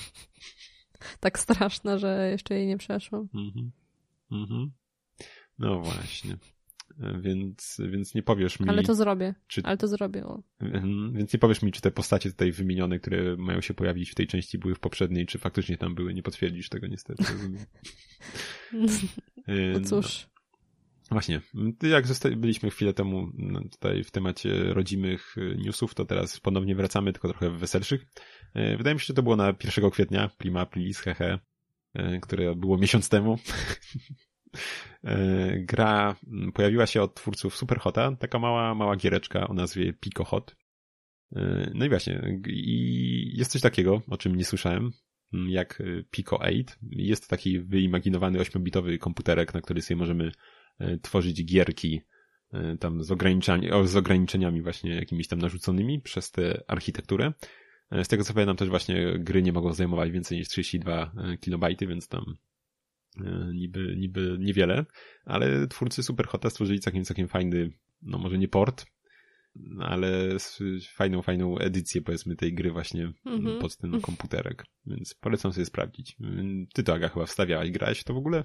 Tak straszna, że jeszcze jej nie przeszłam. Mhm. Mhm. No właśnie. Więc, więc nie powiesz mi... Ale to zrobię. Czy... Ale to zrobię. O. Więc nie powiesz mi, czy te postacie tutaj wymienione, które mają się pojawić w tej części, były w poprzedniej, czy faktycznie tam były. Nie potwierdzisz tego niestety. No cóż. Właśnie, jak zosta- byliśmy chwilę temu tutaj w temacie rodzimych newsów, to teraz ponownie wracamy, tylko trochę w weselszych. Wydaje mi się, że to było na pierwszego kwietnia, prima aprilis, hehe, które było miesiąc temu. Gra pojawiła się od twórców Superhota, taka mała, mała giereczka o nazwie Pico Hot. No i właśnie, i jest coś takiego, o czym nie słyszałem, jak Pico osiem. Jest to taki wyimaginowany ośmiobitowy komputerek, na który sobie możemy tworzyć gierki tam z, ograniczeniami, z ograniczeniami właśnie jakimiś tam narzuconymi przez tę architekturę. Z tego co pamiętam też właśnie gry nie mogą zajmować więcej niż trzydzieści dwa kilobajty, więc tam niby, niby niewiele, ale twórcy Superhota stworzyli całkiem, całkiem fajny, no może nie port, ale fajną, fajną edycję powiedzmy tej gry właśnie mm-hmm. pod ten komputerek, więc polecam sobie sprawdzić. Ty to, Aga, chyba wstawiałaś, grałaś w to w ogóle?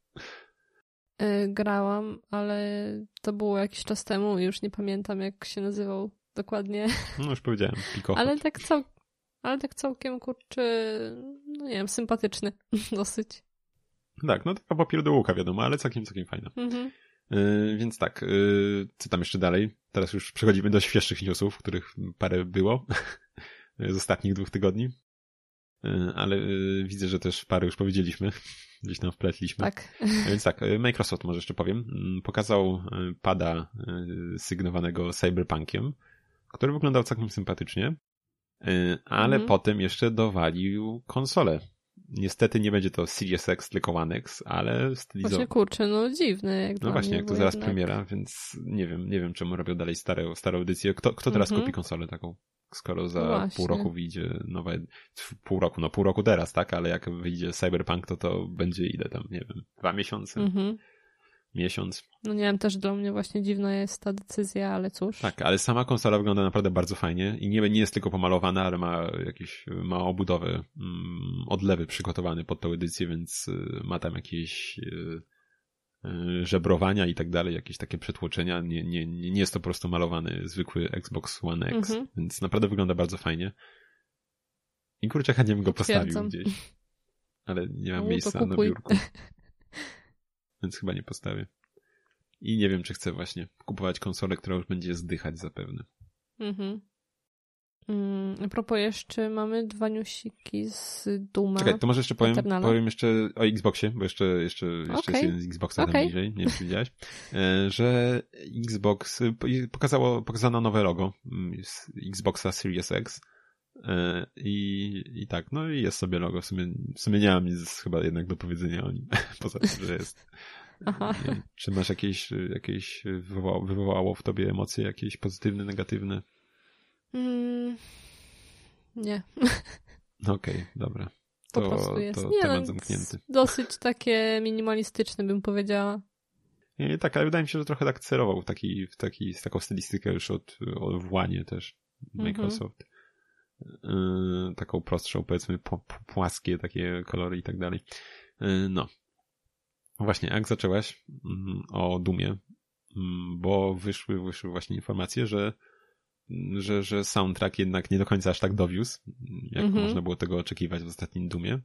Grałam, ale to było jakiś czas temu i już nie pamiętam, jak się nazywał dokładnie. No już powiedziałem, Pico Hot. Ale tak, cał... ale tak całkiem, kurczę, no nie wiem, sympatyczny dosyć. Tak, no taka papierdołówka wiadomo, ale całkiem, całkiem fajna. Mhm. Yy, więc tak, yy, co tam jeszcze dalej? Teraz już przechodzimy do świeższych newsów, których parę było z ostatnich dwóch tygodni. Yy, ale yy, widzę, że też parę już powiedzieliśmy. Gdzieś tam wpletliśmy. Tak. Więc tak, Microsoft może jeszcze powiem. Pokazał pada sygnowanego Cyberpunkiem, który wyglądał całkiem sympatycznie, ale mhm. potem jeszcze dowalił konsolę. Niestety nie będzie to Series X, tylko One X, ale stylizowane. Właśnie kurczę, no dziwne. Jak no właśnie, mnie, jak to zaraz jednak... premiera, więc nie wiem, nie wiem czemu robią dalej stare, starą edycję. Kto, kto teraz mhm. kupi konsolę taką? Skoro za Właśnie. pół roku wyjdzie nowe, pół roku, no pół roku teraz, tak? Ale jak wyjdzie Cyberpunk, to to będzie ile tam, nie wiem, dwa miesiące? Mhm. Miesiąc. No nie wiem, też dla mnie właśnie dziwna jest ta decyzja, ale cóż. Tak, ale sama konsola wygląda naprawdę bardzo fajnie i nie, nie jest tylko pomalowana, ale ma jakieś, ma obudowę, mm, odlewy przygotowane pod tą edycję, więc y, ma tam jakieś y, y, żebrowania i tak dalej, jakieś takie przetłoczenia. Nie, nie, nie jest to po prostu malowany zwykły Xbox One X, mhm. więc naprawdę wygląda bardzo fajnie. I kurczę, chętnie bym go postawił gdzieś. Ale nie mam no, miejsca na biurku. Więc chyba nie postawię. I nie wiem, czy chcę właśnie kupować konsolę, która już będzie zdychać zapewne. Mhm. Mm, a propos jeszcze mamy dwa newsiki z Duma. Czekaj, to może jeszcze powiem, powiem jeszcze o Xboxie, bo jeszcze, jeszcze, jeszcze okay. jest jeden z Xboxa okay. tam bliżej, nie wiem, czy widziałeś, że Xbox pokazało, pokazano nowe logo z Xboxa Series X. I, I tak, no i jest sobie logo. W sumie, w sumie nie mam nic chyba jednak do powiedzenia o nim. Poza tym, że jest. Aha. Nie, czy masz jakieś, jakieś wywołało, wywołało w tobie emocje jakieś pozytywne, negatywne? Mm, nie. Okej, okay, dobra. To, po prostu jest. To nie, temat no, zamknięty. Dosyć takie minimalistyczne, bym powiedziała. Nie, tak, ale wydaje mi się, że trochę tak celował w, taki, w taki, z taką stylistykę już od, od włanie też Microsoft. Mhm. Yy, taką prostszą, powiedzmy płaskie takie kolory i tak dalej. Yy, no. Właśnie, jak zaczęłaś yy, o Dumie, yy, bo wyszły, wyszły właśnie informacje, że, że, że soundtrack jednak nie do końca aż tak dowiózł, jak mm-hmm. można było tego oczekiwać w ostatnim Dumie.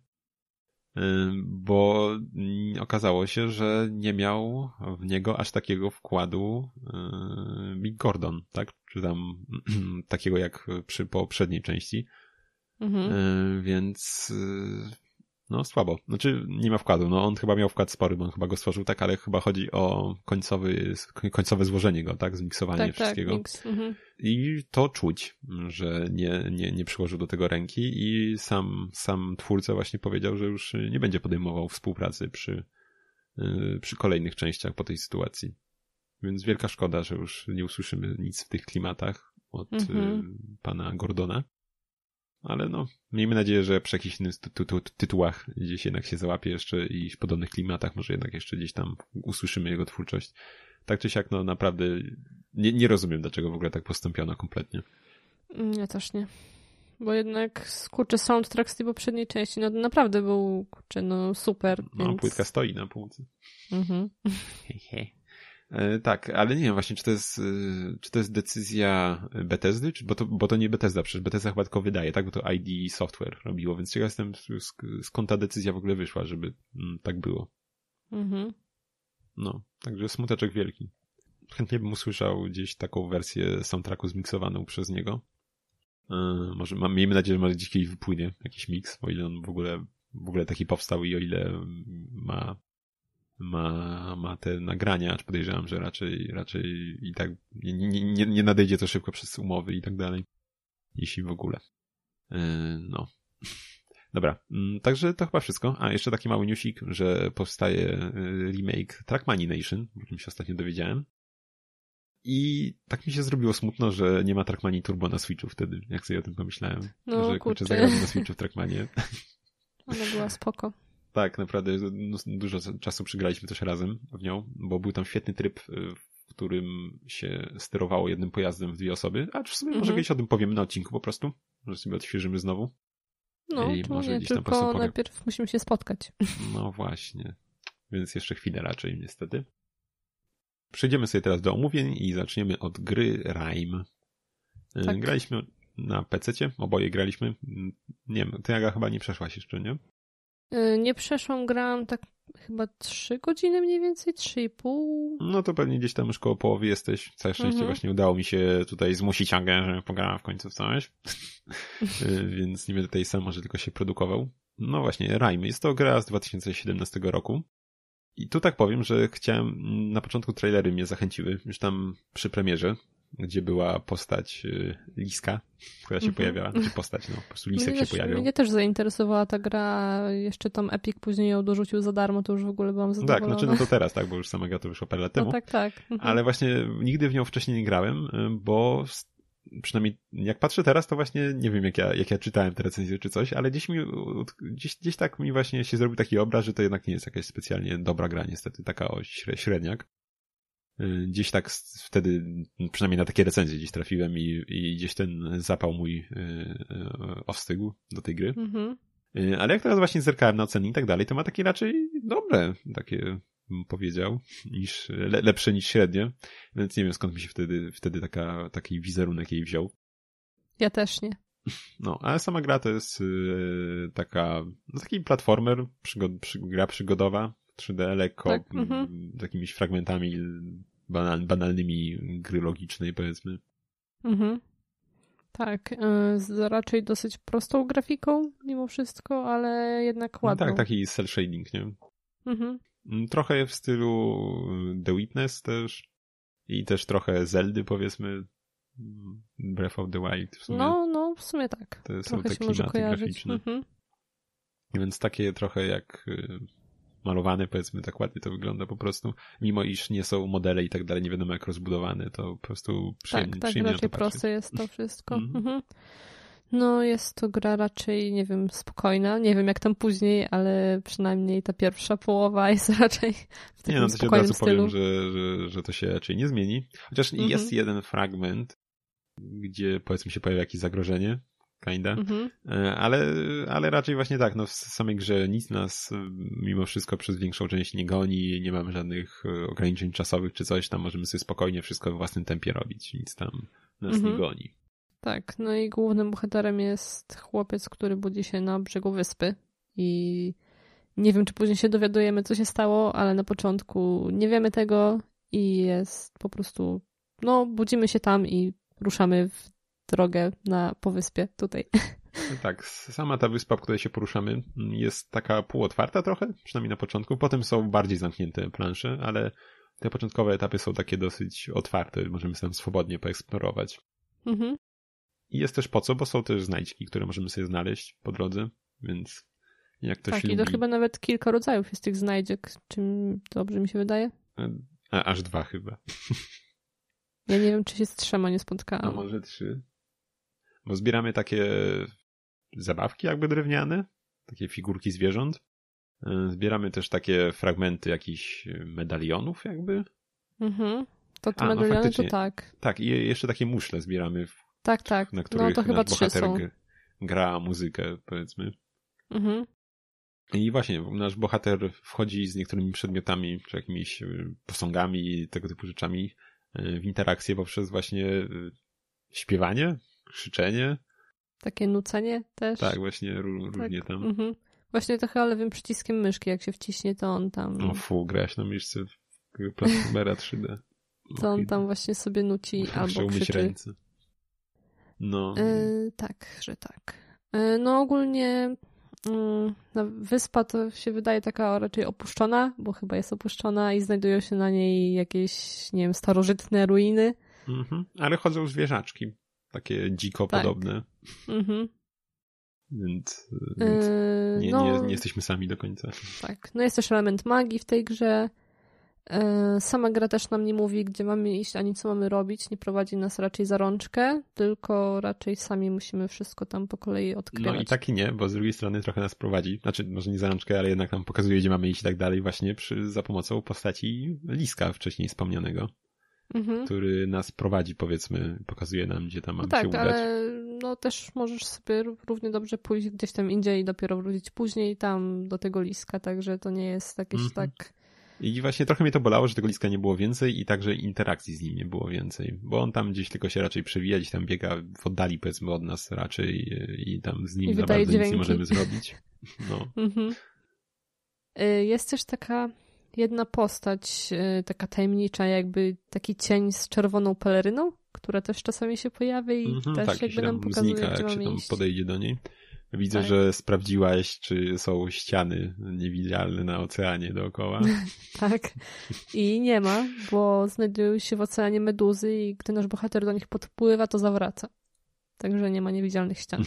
Bo okazało się, że nie miał w niego aż takiego wkładu Mick Gordon, tak? Czy tam takiego jak przy poprzedniej części. Mhm. Więc no słabo. Znaczy nie ma wkładu. No on chyba miał wkład spory, bo on chyba go stworzył tak, ale chyba chodzi o końcowy, końcowe złożenie go, tak? Zmiksowanie tak, wszystkiego. Tak, mix. Mhm. I to czuć, że nie, nie, nie przyłożył do tego ręki i sam, sam twórca właśnie powiedział, że już nie będzie podejmował współpracy przy, przy kolejnych częściach po tej sytuacji. Więc wielka szkoda, że już nie usłyszymy nic w tych klimatach od mhm. pana Gordona. Ale no, miejmy nadzieję, że przy jakichś innych ty- ty- tytułach gdzieś jednak się załapie jeszcze i w podobnych klimatach może jednak jeszcze gdzieś tam usłyszymy jego twórczość. Tak czy siak, no naprawdę nie, nie rozumiem, dlaczego w ogóle tak postąpiono kompletnie. Ja też nie. Bo jednak, kurczę, soundtrack z tej poprzedniej części, no naprawdę był, kurczę, no super. No, więc... płytka stoi na półce. Mhm. E, tak, ale nie wiem właśnie, czy to jest, czy to jest decyzja Bethesdy, czy, bo, to, bo to nie Bethesda, przecież Bethesda chyba tylko wydaje, tak? Bo to I D Software robiło, więc ciekaw jestem, skąd ta decyzja w ogóle wyszła, żeby mm, tak było. Mhm. No, także smuteczek wielki. Chętnie bym usłyszał gdzieś taką wersję soundtracku zmiksowaną przez niego. Yy, może, mam, miejmy nadzieję, że może gdzieś kiedyś wypłynie jakiś miks, o ile on w ogóle, w ogóle taki powstał i o ile ma, ma, ma te nagrania, acz podejrzewam, że raczej, raczej i tak nie, nie, nie, nie nadejdzie to szybko przez umowy i tak dalej. Jeśli w ogóle. Yy, no. Dobra, także to chyba wszystko. A, jeszcze taki mały newsik, że powstaje remake Trackmanii Nation, o czym się ostatnio dowiedziałem. I tak mi się zrobiło smutno, że nie ma Trackmanii Turbo na Switchu wtedy, jak sobie o tym pomyślałem. No, że kurczę, zagrałem na Switchu w Trackmanię. Ona była spoko. Tak, naprawdę dużo czasu przygraliśmy też razem w nią, bo był tam świetny tryb, w którym się sterowało jednym pojazdem w dwie osoby, a w sumie mhm. może kiedyś o tym powiemy na odcinku po prostu, może sobie odświeżymy znowu. No, I to może nie, gdzieś tam tylko najpierw musimy się spotkać. No właśnie, więc jeszcze chwilę raczej niestety. Przejdziemy sobie teraz do omówień i zaczniemy od gry Rime. Tak. Graliśmy na pececie, oboje graliśmy. Nie wiem, ty Aga chyba nie przeszłaś jeszcze, nie? Nie przeszłam, grałam tak chyba trzy godziny mniej więcej, trzy i pół. No to pewnie gdzieś tam już koło połowy jesteś. Całe szczęście mhm. właśnie udało mi się tutaj zmusić Agę, że pograła w końcu w coś. Więc nie będę tutaj sam, może tylko się produkował. No właśnie, Rime. Jest to gra z dwa tysiące siedemnastego roku. I tu tak powiem, że chciałem, na początku trailery mnie zachęciły, już tam przy premierze, gdzie była postać Liska, która się mm-hmm. pojawiała, czy postać, no po prostu Lisek mnie się też, pojawiał. Mnie też zainteresowała ta gra, jeszcze tam Epic później ją dorzucił za darmo, to już w ogóle byłam zadowolona. Tak, znaczy no to teraz, tak, bo już sama gra to wyszła parę lat temu. No tak, tak. Mhm. Ale właśnie nigdy w nią wcześniej nie grałem, bo przynajmniej jak patrzę teraz, to właśnie nie wiem, jak ja, jak ja czytałem te recenzje czy coś, ale gdzieś mi, gdzieś, gdzieś tak mi właśnie się zrobił taki obraz, że to jednak nie jest jakaś specjalnie dobra gra, niestety, taka o średniak. Gdzieś tak wtedy, przynajmniej na takie recenzje gdzieś trafiłem i, i gdzieś ten zapał mój ostygł do tej gry. Mhm. Ale jak teraz właśnie zerkałem na oceny i tak dalej, to ma takie raczej dobre, takie bym powiedział, niż, le, lepsze niż średnie, więc nie wiem skąd mi się wtedy, wtedy taka, taki wizerunek jej wziął. Ja też nie. No, ale sama gra to jest yy, taka, no taki platformer, przygod, przy, gra przygodowa, trzy D, lekko, tak, m, mhm. z jakimiś fragmentami banal, banalnymi gry logicznej, powiedzmy. Mhm. Tak, yy, z raczej dosyć prostą grafiką mimo wszystko, ale jednak ładną. No tak, taki cel shading, nie? Mhm. Trochę w stylu The Witness też i też trochę Zeldy, powiedzmy, Breath of the Wild w sumie. No, no, w sumie tak. To są trochę te się może klimaty kojarzyć. graficzne. Mhm. Więc takie trochę jak malowane, powiedzmy, tak ładnie to wygląda po prostu. Mimo iż nie są modele i tak dalej, nie wiadomo jak rozbudowane, to po prostu przyjemnie, tak, tak, przyjemnie raczej na to patrzeć. proste jest to wszystko. Mhm. Mhm. No jest to gra raczej, nie wiem, spokojna. Nie wiem jak tam później, ale przynajmniej ta pierwsza połowa jest raczej w takim nie, no to się od spokojnym razu stylu. powiem, że, że, że to się raczej nie zmieni. Chociaż mhm. jest jeden fragment, gdzie powiedzmy się pojawia jakieś zagrożenie, kinda, mhm. ale, ale raczej właśnie tak, no w samej grze nic nas mimo wszystko przez większą część nie goni, nie mamy żadnych ograniczeń czasowych czy coś, tam możemy sobie spokojnie wszystko w własnym tempie robić, nic tam nas mhm. nie goni. Tak, no i głównym bohaterem jest chłopiec, który budzi się na brzegu wyspy i nie wiem, czy później się dowiadujemy, co się stało, ale na początku nie wiemy tego i jest po prostu, no budzimy się tam i ruszamy w drogę na, po wyspie tutaj. Tak, sama ta wyspa, w której się poruszamy jest taka półotwarta trochę, przynajmniej na początku, potem są bardziej zamknięte plansze, ale te początkowe etapy są takie dosyć otwarte, możemy tam swobodnie poeksplorować. Mhm. I jest też po co, bo są też znajdźki, które możemy sobie znaleźć po drodze, więc jak ktoś tak, lubi... i to chyba nawet kilka rodzajów jest tych znajdziek, czym dobrze mi się wydaje. A, aż dwa chyba. Ja nie wiem, czy się z trzema nie spotkałam. A może trzy? Bo zbieramy takie zabawki jakby drewniane, takie figurki zwierząt. Zbieramy też takie fragmenty jakichś medalionów jakby. Mhm. To te A, medaliony no to tak. Tak, i jeszcze takie muszle zbieramy, w, tak, tak. na których no, to chyba nasz trzy bohater są. G- gra muzykę, powiedzmy. Mhm. I właśnie, nasz bohater wchodzi z niektórymi przedmiotami, czy jakimiś posągami i tego typu rzeczami w interakcję poprzez właśnie śpiewanie, krzyczenie. Takie nucenie też. Tak, właśnie różnie tak. tam. Mhm. Właśnie to chyba lewym przyciskiem myszki, jak się wciśnie, to on tam... No fu, grać na myszce platformera trzy D. Co on tam właśnie sobie nuci Muszę albo umyć krzyczy. ręce. No. Yy, tak, że tak. Yy, no ogólnie yy, no, wyspa to się wydaje taka raczej opuszczona, bo chyba jest opuszczona i znajdują się na niej jakieś, nie wiem, starożytne ruiny. Mhm. Ale chodzą zwierzaczki. Takie dziko Tak. podobne. Mhm. Więc, więc Yy, nie, no, nie, nie jesteśmy sami do końca. Tak. No jest też element magii w tej grze. Yy, sama gra też nam nie mówi, gdzie mamy iść, ani co mamy robić. Nie prowadzi nas raczej za rączkę, tylko raczej sami musimy wszystko tam po kolei odkrywać. No i tak i nie, bo z drugiej strony trochę nas prowadzi. Znaczy, może nie za rączkę, ale jednak nam pokazuje, gdzie mamy iść i tak dalej właśnie przy, za pomocą postaci Liska wcześniej wspomnianego, Mhm. który nas prowadzi, powiedzmy, pokazuje nam, gdzie tam mamy No tak, się udać. ale no też możesz sobie równie dobrze pójść gdzieś tam indziej i dopiero wrócić później tam do tego Liska, także to nie jest jakieś Mhm. tak... I właśnie trochę mnie to bolało, że tego Liska nie było więcej i także interakcji z nim nie było więcej, bo on tam gdzieś tylko się raczej przewija, gdzieś tam biega w oddali, powiedzmy, od nas raczej i tam z nim I za wydaje bardzo nic nie dźwięki. możemy zrobić. No. Mhm. Y, Jest też taka jedna postać, y, taka tajemnicza, jakby taki cień z czerwoną peleryną, która też czasami się pojawia i Mhm, też tak, jakby się nam tam pokazuje, znika, gdzie jak się mamy tam iść. podejdzie do niej. Widzę, Tak. że sprawdziłaś, czy są ściany niewidzialne na oceanie dookoła. Tak. I nie ma, bo znajdują się w oceanie meduzy i gdy nasz bohater do nich podpływa, to zawraca. Także nie ma niewidzialnych ścian.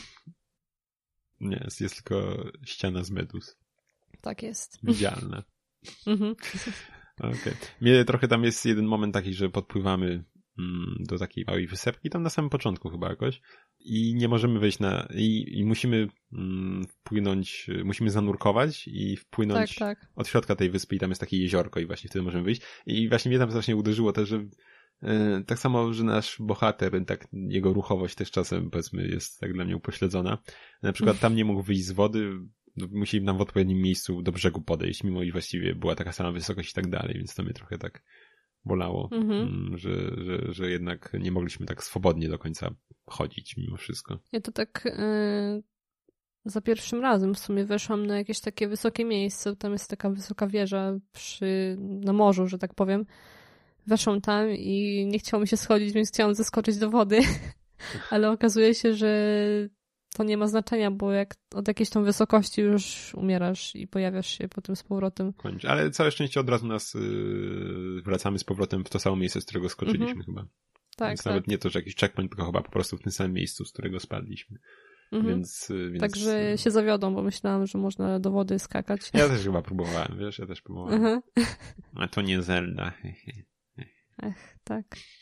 Nie, jest, jest tylko ściana z medus. Tak jest. Widzialna. Mhm. Okej. Mnie trochę tam jest jeden moment taki, że podpływamy mm, do takiej małej wysepki, tam na samym początku chyba jakoś, i nie możemy wejść na... i, i musimy mm, wpłynąć, musimy zanurkować i wpłynąć Tak, tak. od środka tej wyspy i tam jest takie jeziorko i właśnie wtedy możemy wyjść. I właśnie mnie tam strasznie uderzyło też, że e, tak samo, że nasz bohater, tak jego ruchowość też czasem, powiedzmy, jest tak dla mnie upośledzona. Na przykład tam nie mógł wyjść z wody, musieli nam w odpowiednim miejscu do brzegu podejść, mimo i właściwie była taka sama wysokość i tak dalej, więc to mnie trochę tak bolało, Mhm. że, że, że jednak nie mogliśmy tak swobodnie do końca chodzić mimo wszystko. Ja to tak yy, za pierwszym razem w sumie weszłam na jakieś takie wysokie miejsce. Tam jest taka wysoka wieża przy, na morzu, że tak powiem. Weszłam tam i nie chciało mi się schodzić, więc chciałam zeskoczyć do wody. Ale okazuje się, że to nie ma znaczenia, bo jak od jakiejś tam wysokości już umierasz i pojawiasz się potem z powrotem. Kończ. Ale całe szczęście od razu nas yy, wracamy z powrotem w to samo miejsce, z którego skoczyliśmy Mhm. chyba. Tak, Więc tak. nawet nie to, że jakiś checkpoint, tylko chyba po prostu w tym samym miejscu, z którego spadliśmy. Mhm. Więc, więc... Także się zawiodą, bo myślałam, że można do wody skakać. Ja też chyba próbowałem, wiesz, ja też próbowałem. Aha. A to nie Zelda. Ech, tak.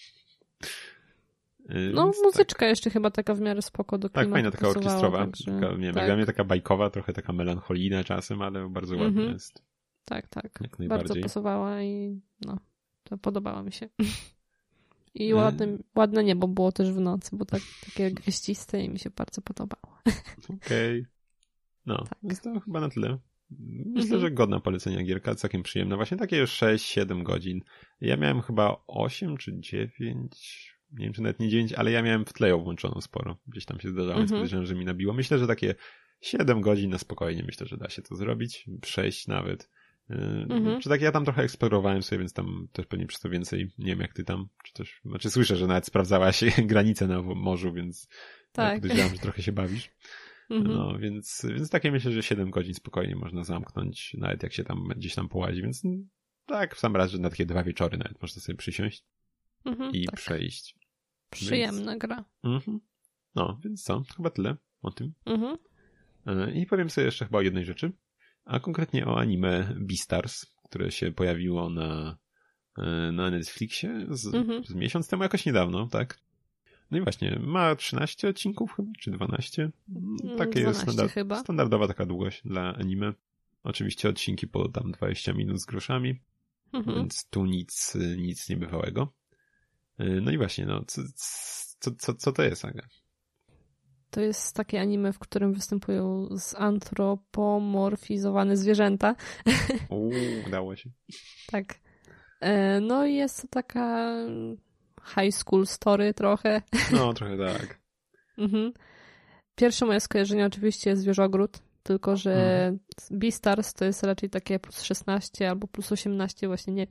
Yy, No, więc muzyczka tak. jeszcze chyba taka w miarę spoko do Tak, klimatu fajna, taka pasowała, orkiestrowa. także- Taka, nie wiem, tak. dla mnie taka bajkowa, trochę taka melancholijna czasem, ale bardzo ładna Mhm. jest. Tak, tak. Jak Bardzo najbardziej. pasowała i no, to podobała mi się. I E. ładne, ładne niebo było też w nocy, bo tak, takie gwieździste i mi się bardzo podobało. Okej. Okay. No, Tak. więc to chyba na tyle. Myślę, Mhm. że godna polecenia gierka, całkiem przyjemna. Właśnie takie już sześć siedem godzin. Ja miałem chyba osiem czy dziewięć, nie wiem czy nawet nie dziewięć, ale ja miałem w tle ją włączoną sporo. Gdzieś tam się zdarzało, więc Mhm. podejrzewam, że mi nabiło. Myślę, że takie siedem godzin na spokojnie, myślę, że da się to zrobić. sześć nawet. Yy, Mhm. Czy tak ja tam trochę eksplorowałem sobie, więc tam też pewnie przez to więcej. Nie wiem jak ty tam, czy też, znaczy słyszę, że nawet sprawdzałaś granice na morzu, więc Tak. ja podejrzewam, że trochę się bawisz. Mhm. No, więc, więc takie myślę, że siedem godzin spokojnie można zamknąć, nawet jak się tam gdzieś tam połazi, więc tak, w sam raz, że na takie dwa wieczory nawet można sobie przysiąść Mhm, i tak. przejść. Przyjemna Więc- gra. Mhm. No, więc co? Chyba tyle o tym. Mhm. E, I powiem sobie jeszcze chyba o jednej rzeczy, a konkretnie o anime Beastars, które się pojawiło na, e, na Netflixie z, Mhm. z miesiąc temu, jakoś niedawno, tak? No i właśnie, ma trzynaście odcinków chyba, czy dwanaście? Mm, Takie jest dwanaście standard, chyba. standardowa taka długość dla anime. Oczywiście odcinki po tam dwadzieścia minut z groszami, Mhm. więc tu nic, nic niebywałego. No i właśnie, no, co, co, co, co to jest, Aga? To jest takie anime, w którym występują zantropomorfizowane zwierzęta. Uuu, udało się. Tak. E, No i jest to taka high school story trochę. No, trochę tak. Mhm. Pierwsze moje skojarzenie oczywiście jest Zwierzogród, tylko że Mhm. Beastars to jest raczej takie plus szesnaście albo plus osiemnaście, właśnie nie wiem.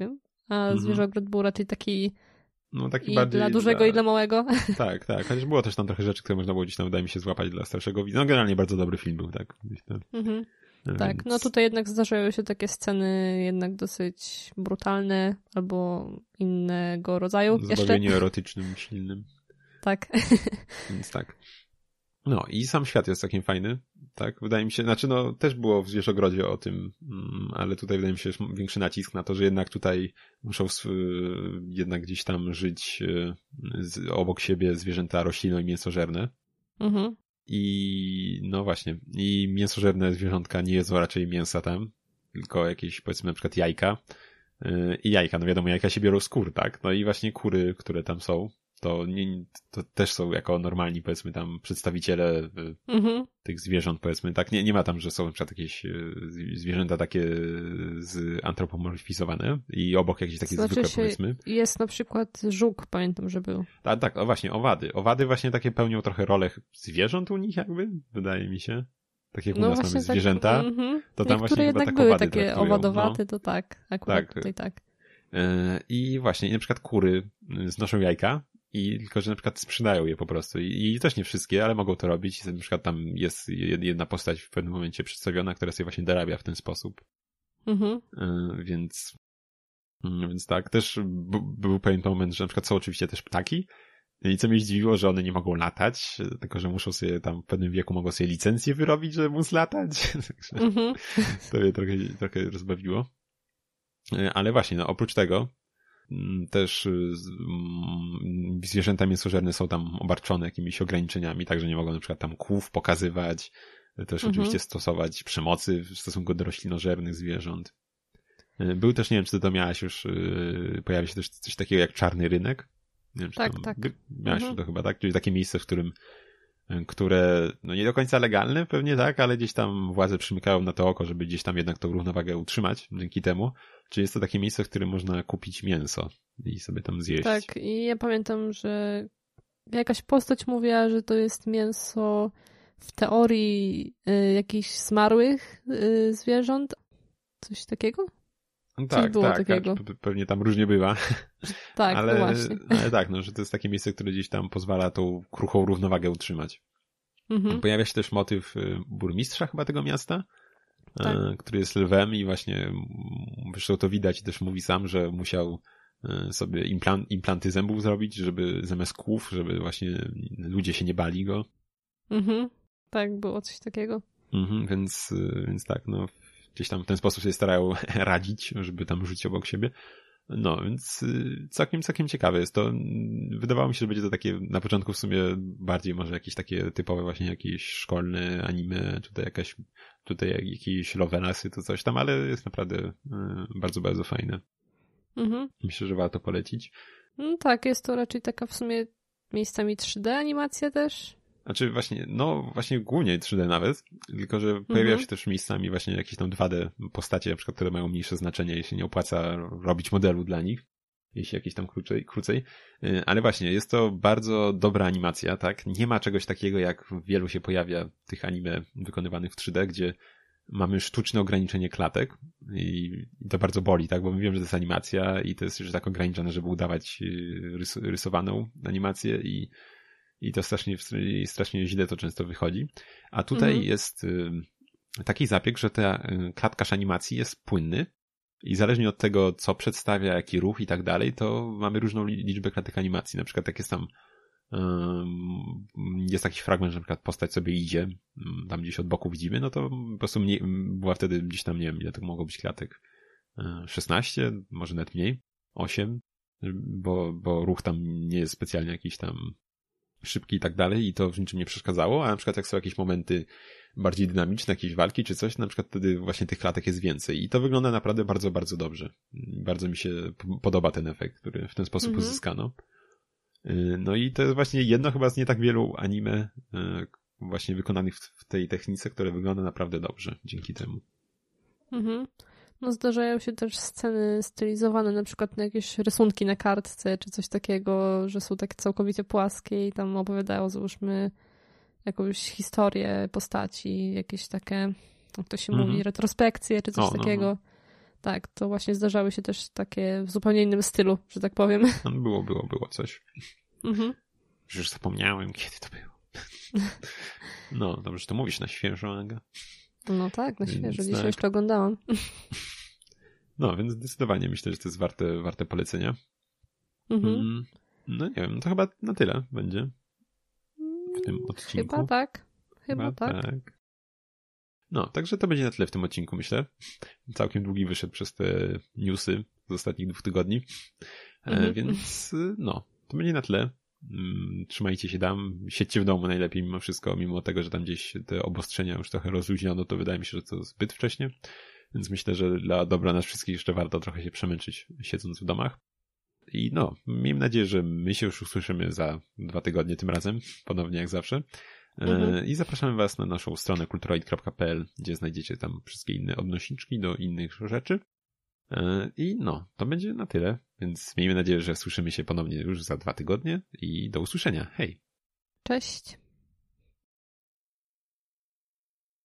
a Mhm. Zwierzogród był raczej taki No taki i bardziej dla dużego dla... i dla małego. Tak, tak, chociaż było też tam trochę rzeczy, które można było gdzieś tam, wydaje mi się, złapać dla starszego widza. No generalnie bardzo dobry film był, tak. Mhm. Więc... Tak, no tutaj jednak zdarzają się takie sceny jednak dosyć brutalne albo innego rodzaju Z jeszcze. zabawieniem erotycznym, silnym. Tak. Więc tak. No i sam świat jest takim fajny, tak, wydaje mi się, znaczy no też było w Zwierzogrodzie o tym, ale tutaj wydaje mi się, że jest większy nacisk na to, że jednak tutaj muszą jednak gdzieś tam żyć z, obok siebie zwierzęta roślinno- i mięsożerne. Mhm. I no właśnie, i mięsożerne zwierzątka nie jedzą raczej mięsa tam, tylko jakieś powiedzmy na przykład jajka. I jajka, no wiadomo, jajka się biorą z kur, tak? No i właśnie kury, które tam są, to, nie, to też są jako normalni, powiedzmy, tam przedstawiciele mhm. tych zwierząt, powiedzmy, tak? Nie, nie ma tam, że są na przykład jakieś zwierzęta takie zantropomorfizowane i obok jakieś takie znaczy zwykłe, powiedzmy. Jest na przykład żuk, pamiętam, że był. Tak, tak, o właśnie, owady. Owady właśnie takie pełnią trochę rolę zwierząt u nich jakby, wydaje mi się. Tak jak u no nas mamy zwierzęta, tak, mm-hmm. to tam właśnie chyba tak owady takie traktują. Owadowate, no. To tak, akurat tak. tutaj tak. I właśnie, i na przykład kury znoszą jajka, i tylko, że na przykład sprzedają je po prostu. I, i też nie wszystkie, ale mogą to robić. I na przykład tam jest jedna postać w pewnym momencie przedstawiona, która sobie właśnie dorabia w ten sposób. Mhm. Więc, więc tak, też b- był pewien moment, że na przykład są oczywiście też ptaki. I co mnie zdziwiło, że one nie mogą latać, tylko że muszą sobie tam w pewnym wieku mogą sobie licencję wyrobić, żeby móc latać. Także mhm. To mnie trochę, trochę rozbawiło. Ale właśnie, no oprócz tego też zwierzęta mięsożerne są tam obarczone jakimiś ograniczeniami, także nie mogą na przykład tam kłów pokazywać, też mhm. oczywiście stosować przemocy w stosunku do roślinożernych zwierząt. Był też, nie wiem, czy ty to miałaś już, pojawia się też coś takiego jak czarny rynek. Nie wiem, czy tak, tam, tak. Miałaś mhm. to chyba, tak? Czyli takie miejsce, w którym które, no nie do końca legalne pewnie, tak, ale gdzieś tam władze przymykają na to oko, żeby gdzieś tam jednak tą równowagę utrzymać dzięki temu. Czyli jest to takie miejsce, w którym można kupić mięso i sobie tam zjeść. Tak, i ja pamiętam, że jakaś postać mówiła, że to jest mięso w teorii y, jakichś zmarłych y, zwierząt. Coś takiego? No tak, było tak, takiego. Pewnie tam różnie bywa. Tak, ale, no właśnie. Ale tak, no, że to jest takie miejsce, które gdzieś tam pozwala tą kruchą równowagę utrzymać. Mhm. Pojawia się też motyw burmistrza chyba tego miasta, tak. który jest lwem i właśnie zresztą to widać i też mówi sam, że musiał sobie implant, implanty zębów zrobić, żeby zamiast kłów, żeby właśnie ludzie się nie bali go. Mhm. Tak, było coś takiego. Mhm, więc, więc tak, no gdzieś tam w ten sposób sobie starają radzić, żeby tam żyć obok siebie. No, więc całkiem, całkiem ciekawe jest to. Wydawało mi się, że będzie to takie na początku w sumie bardziej może jakieś takie typowe właśnie jakieś szkolne anime, tutaj jakaś, tutaj jakieś Lovelasy, to coś tam, ale jest naprawdę bardzo, bardzo fajne. Mhm. Myślę, że warto polecić. No tak, jest to raczej taka w sumie miejscami trzy D animacja też. Znaczy właśnie, no właśnie głównie trzy D nawet, tylko że pojawiają mhm. się też miejscami właśnie jakieś tam dwa D postacie, na przykład, które mają mniejsze znaczenie, jeśli nie opłaca robić modelu dla nich, jeśli jakieś tam krócej, krócej. Ale właśnie, jest to bardzo dobra animacja, tak? Nie ma czegoś takiego, jak wielu się pojawia tych anime wykonywanych w trzy D, gdzie mamy sztuczne ograniczenie klatek i to bardzo boli, tak? Bo my wiemy, że to jest animacja i to jest już tak ograniczone, żeby udawać rys- rysowaną animację i I to strasznie, strasznie źle to często wychodzi. A tutaj mhm. jest y, taki zabieg, że ta klatkarz animacji jest płynny i zależnie od tego, co przedstawia, jaki ruch i tak dalej, to mamy różną liczbę klatek animacji. Na przykład jak jest tam y, jest taki fragment, że na przykład postać sobie idzie, tam gdzieś od boku widzimy, no to po prostu mniej, była wtedy gdzieś tam, nie wiem, ile to mogło być klatek. szesnaście, może nawet mniej, osiem, bo, bo ruch tam nie jest specjalnie jakiś tam szybki i tak dalej i to w niczym nie przeszkadzało, a na przykład jak są jakieś momenty bardziej dynamiczne, jakieś walki czy coś, na przykład wtedy właśnie tych klatek jest więcej i to wygląda naprawdę bardzo, bardzo dobrze. Bardzo mi się podoba ten efekt, który w ten sposób mhm. uzyskano. No i to jest właśnie jedno chyba z nie tak wielu anime właśnie wykonanych w tej technice, które wygląda naprawdę dobrze dzięki temu. Mhm. No zdarzają się też sceny stylizowane na przykład na jakieś rysunki na kartce czy coś takiego, że są takie całkowicie płaskie i tam opowiadają, załóżmy, jakąś historię postaci, jakieś takie, jak to się mm-hmm. mówi, retrospekcje czy coś o, takiego. No, no. Tak, to właśnie zdarzały się też takie w zupełnie innym stylu, że tak powiem. No, było, było, było coś. Mhm. Już zapomniałem, kiedy to było. No, dobrze, że to mówisz na świeżo, Aga. No tak, na świeżo. Więc Dzisiaj tak. jeszcze oglądałam. No, więc zdecydowanie myślę, że to jest warte, warte polecenia. Mhm. Mm, no nie wiem, to chyba na tyle będzie w tym odcinku. Chyba tak. Chyba, Chyba tak. tak. No, także to będzie na tyle w tym odcinku, myślę. Całkiem długi wyszedł przez te newsy z ostatnich dwóch tygodni. Mhm. E, więc no, to będzie na tyle. Mm, trzymajcie się tam, siedźcie w domu najlepiej mimo wszystko, mimo tego, że tam gdzieś te obostrzenia już trochę rozluźniono, to wydaje mi się, że to zbyt wcześnie. Więc myślę, że dla dobra nas wszystkich jeszcze warto trochę się przemęczyć siedząc w domach. I no, miejmy nadzieję, że my się już usłyszymy za dwa tygodnie tym razem, ponownie jak zawsze. Mhm. I zapraszamy was na naszą stronę kulturoid kropka p l, gdzie znajdziecie tam wszystkie inne odnośniczki do innych rzeczy. I no, to będzie na tyle, więc miejmy nadzieję, że słyszymy się ponownie już za dwa tygodnie i do usłyszenia. Hej! Cześć!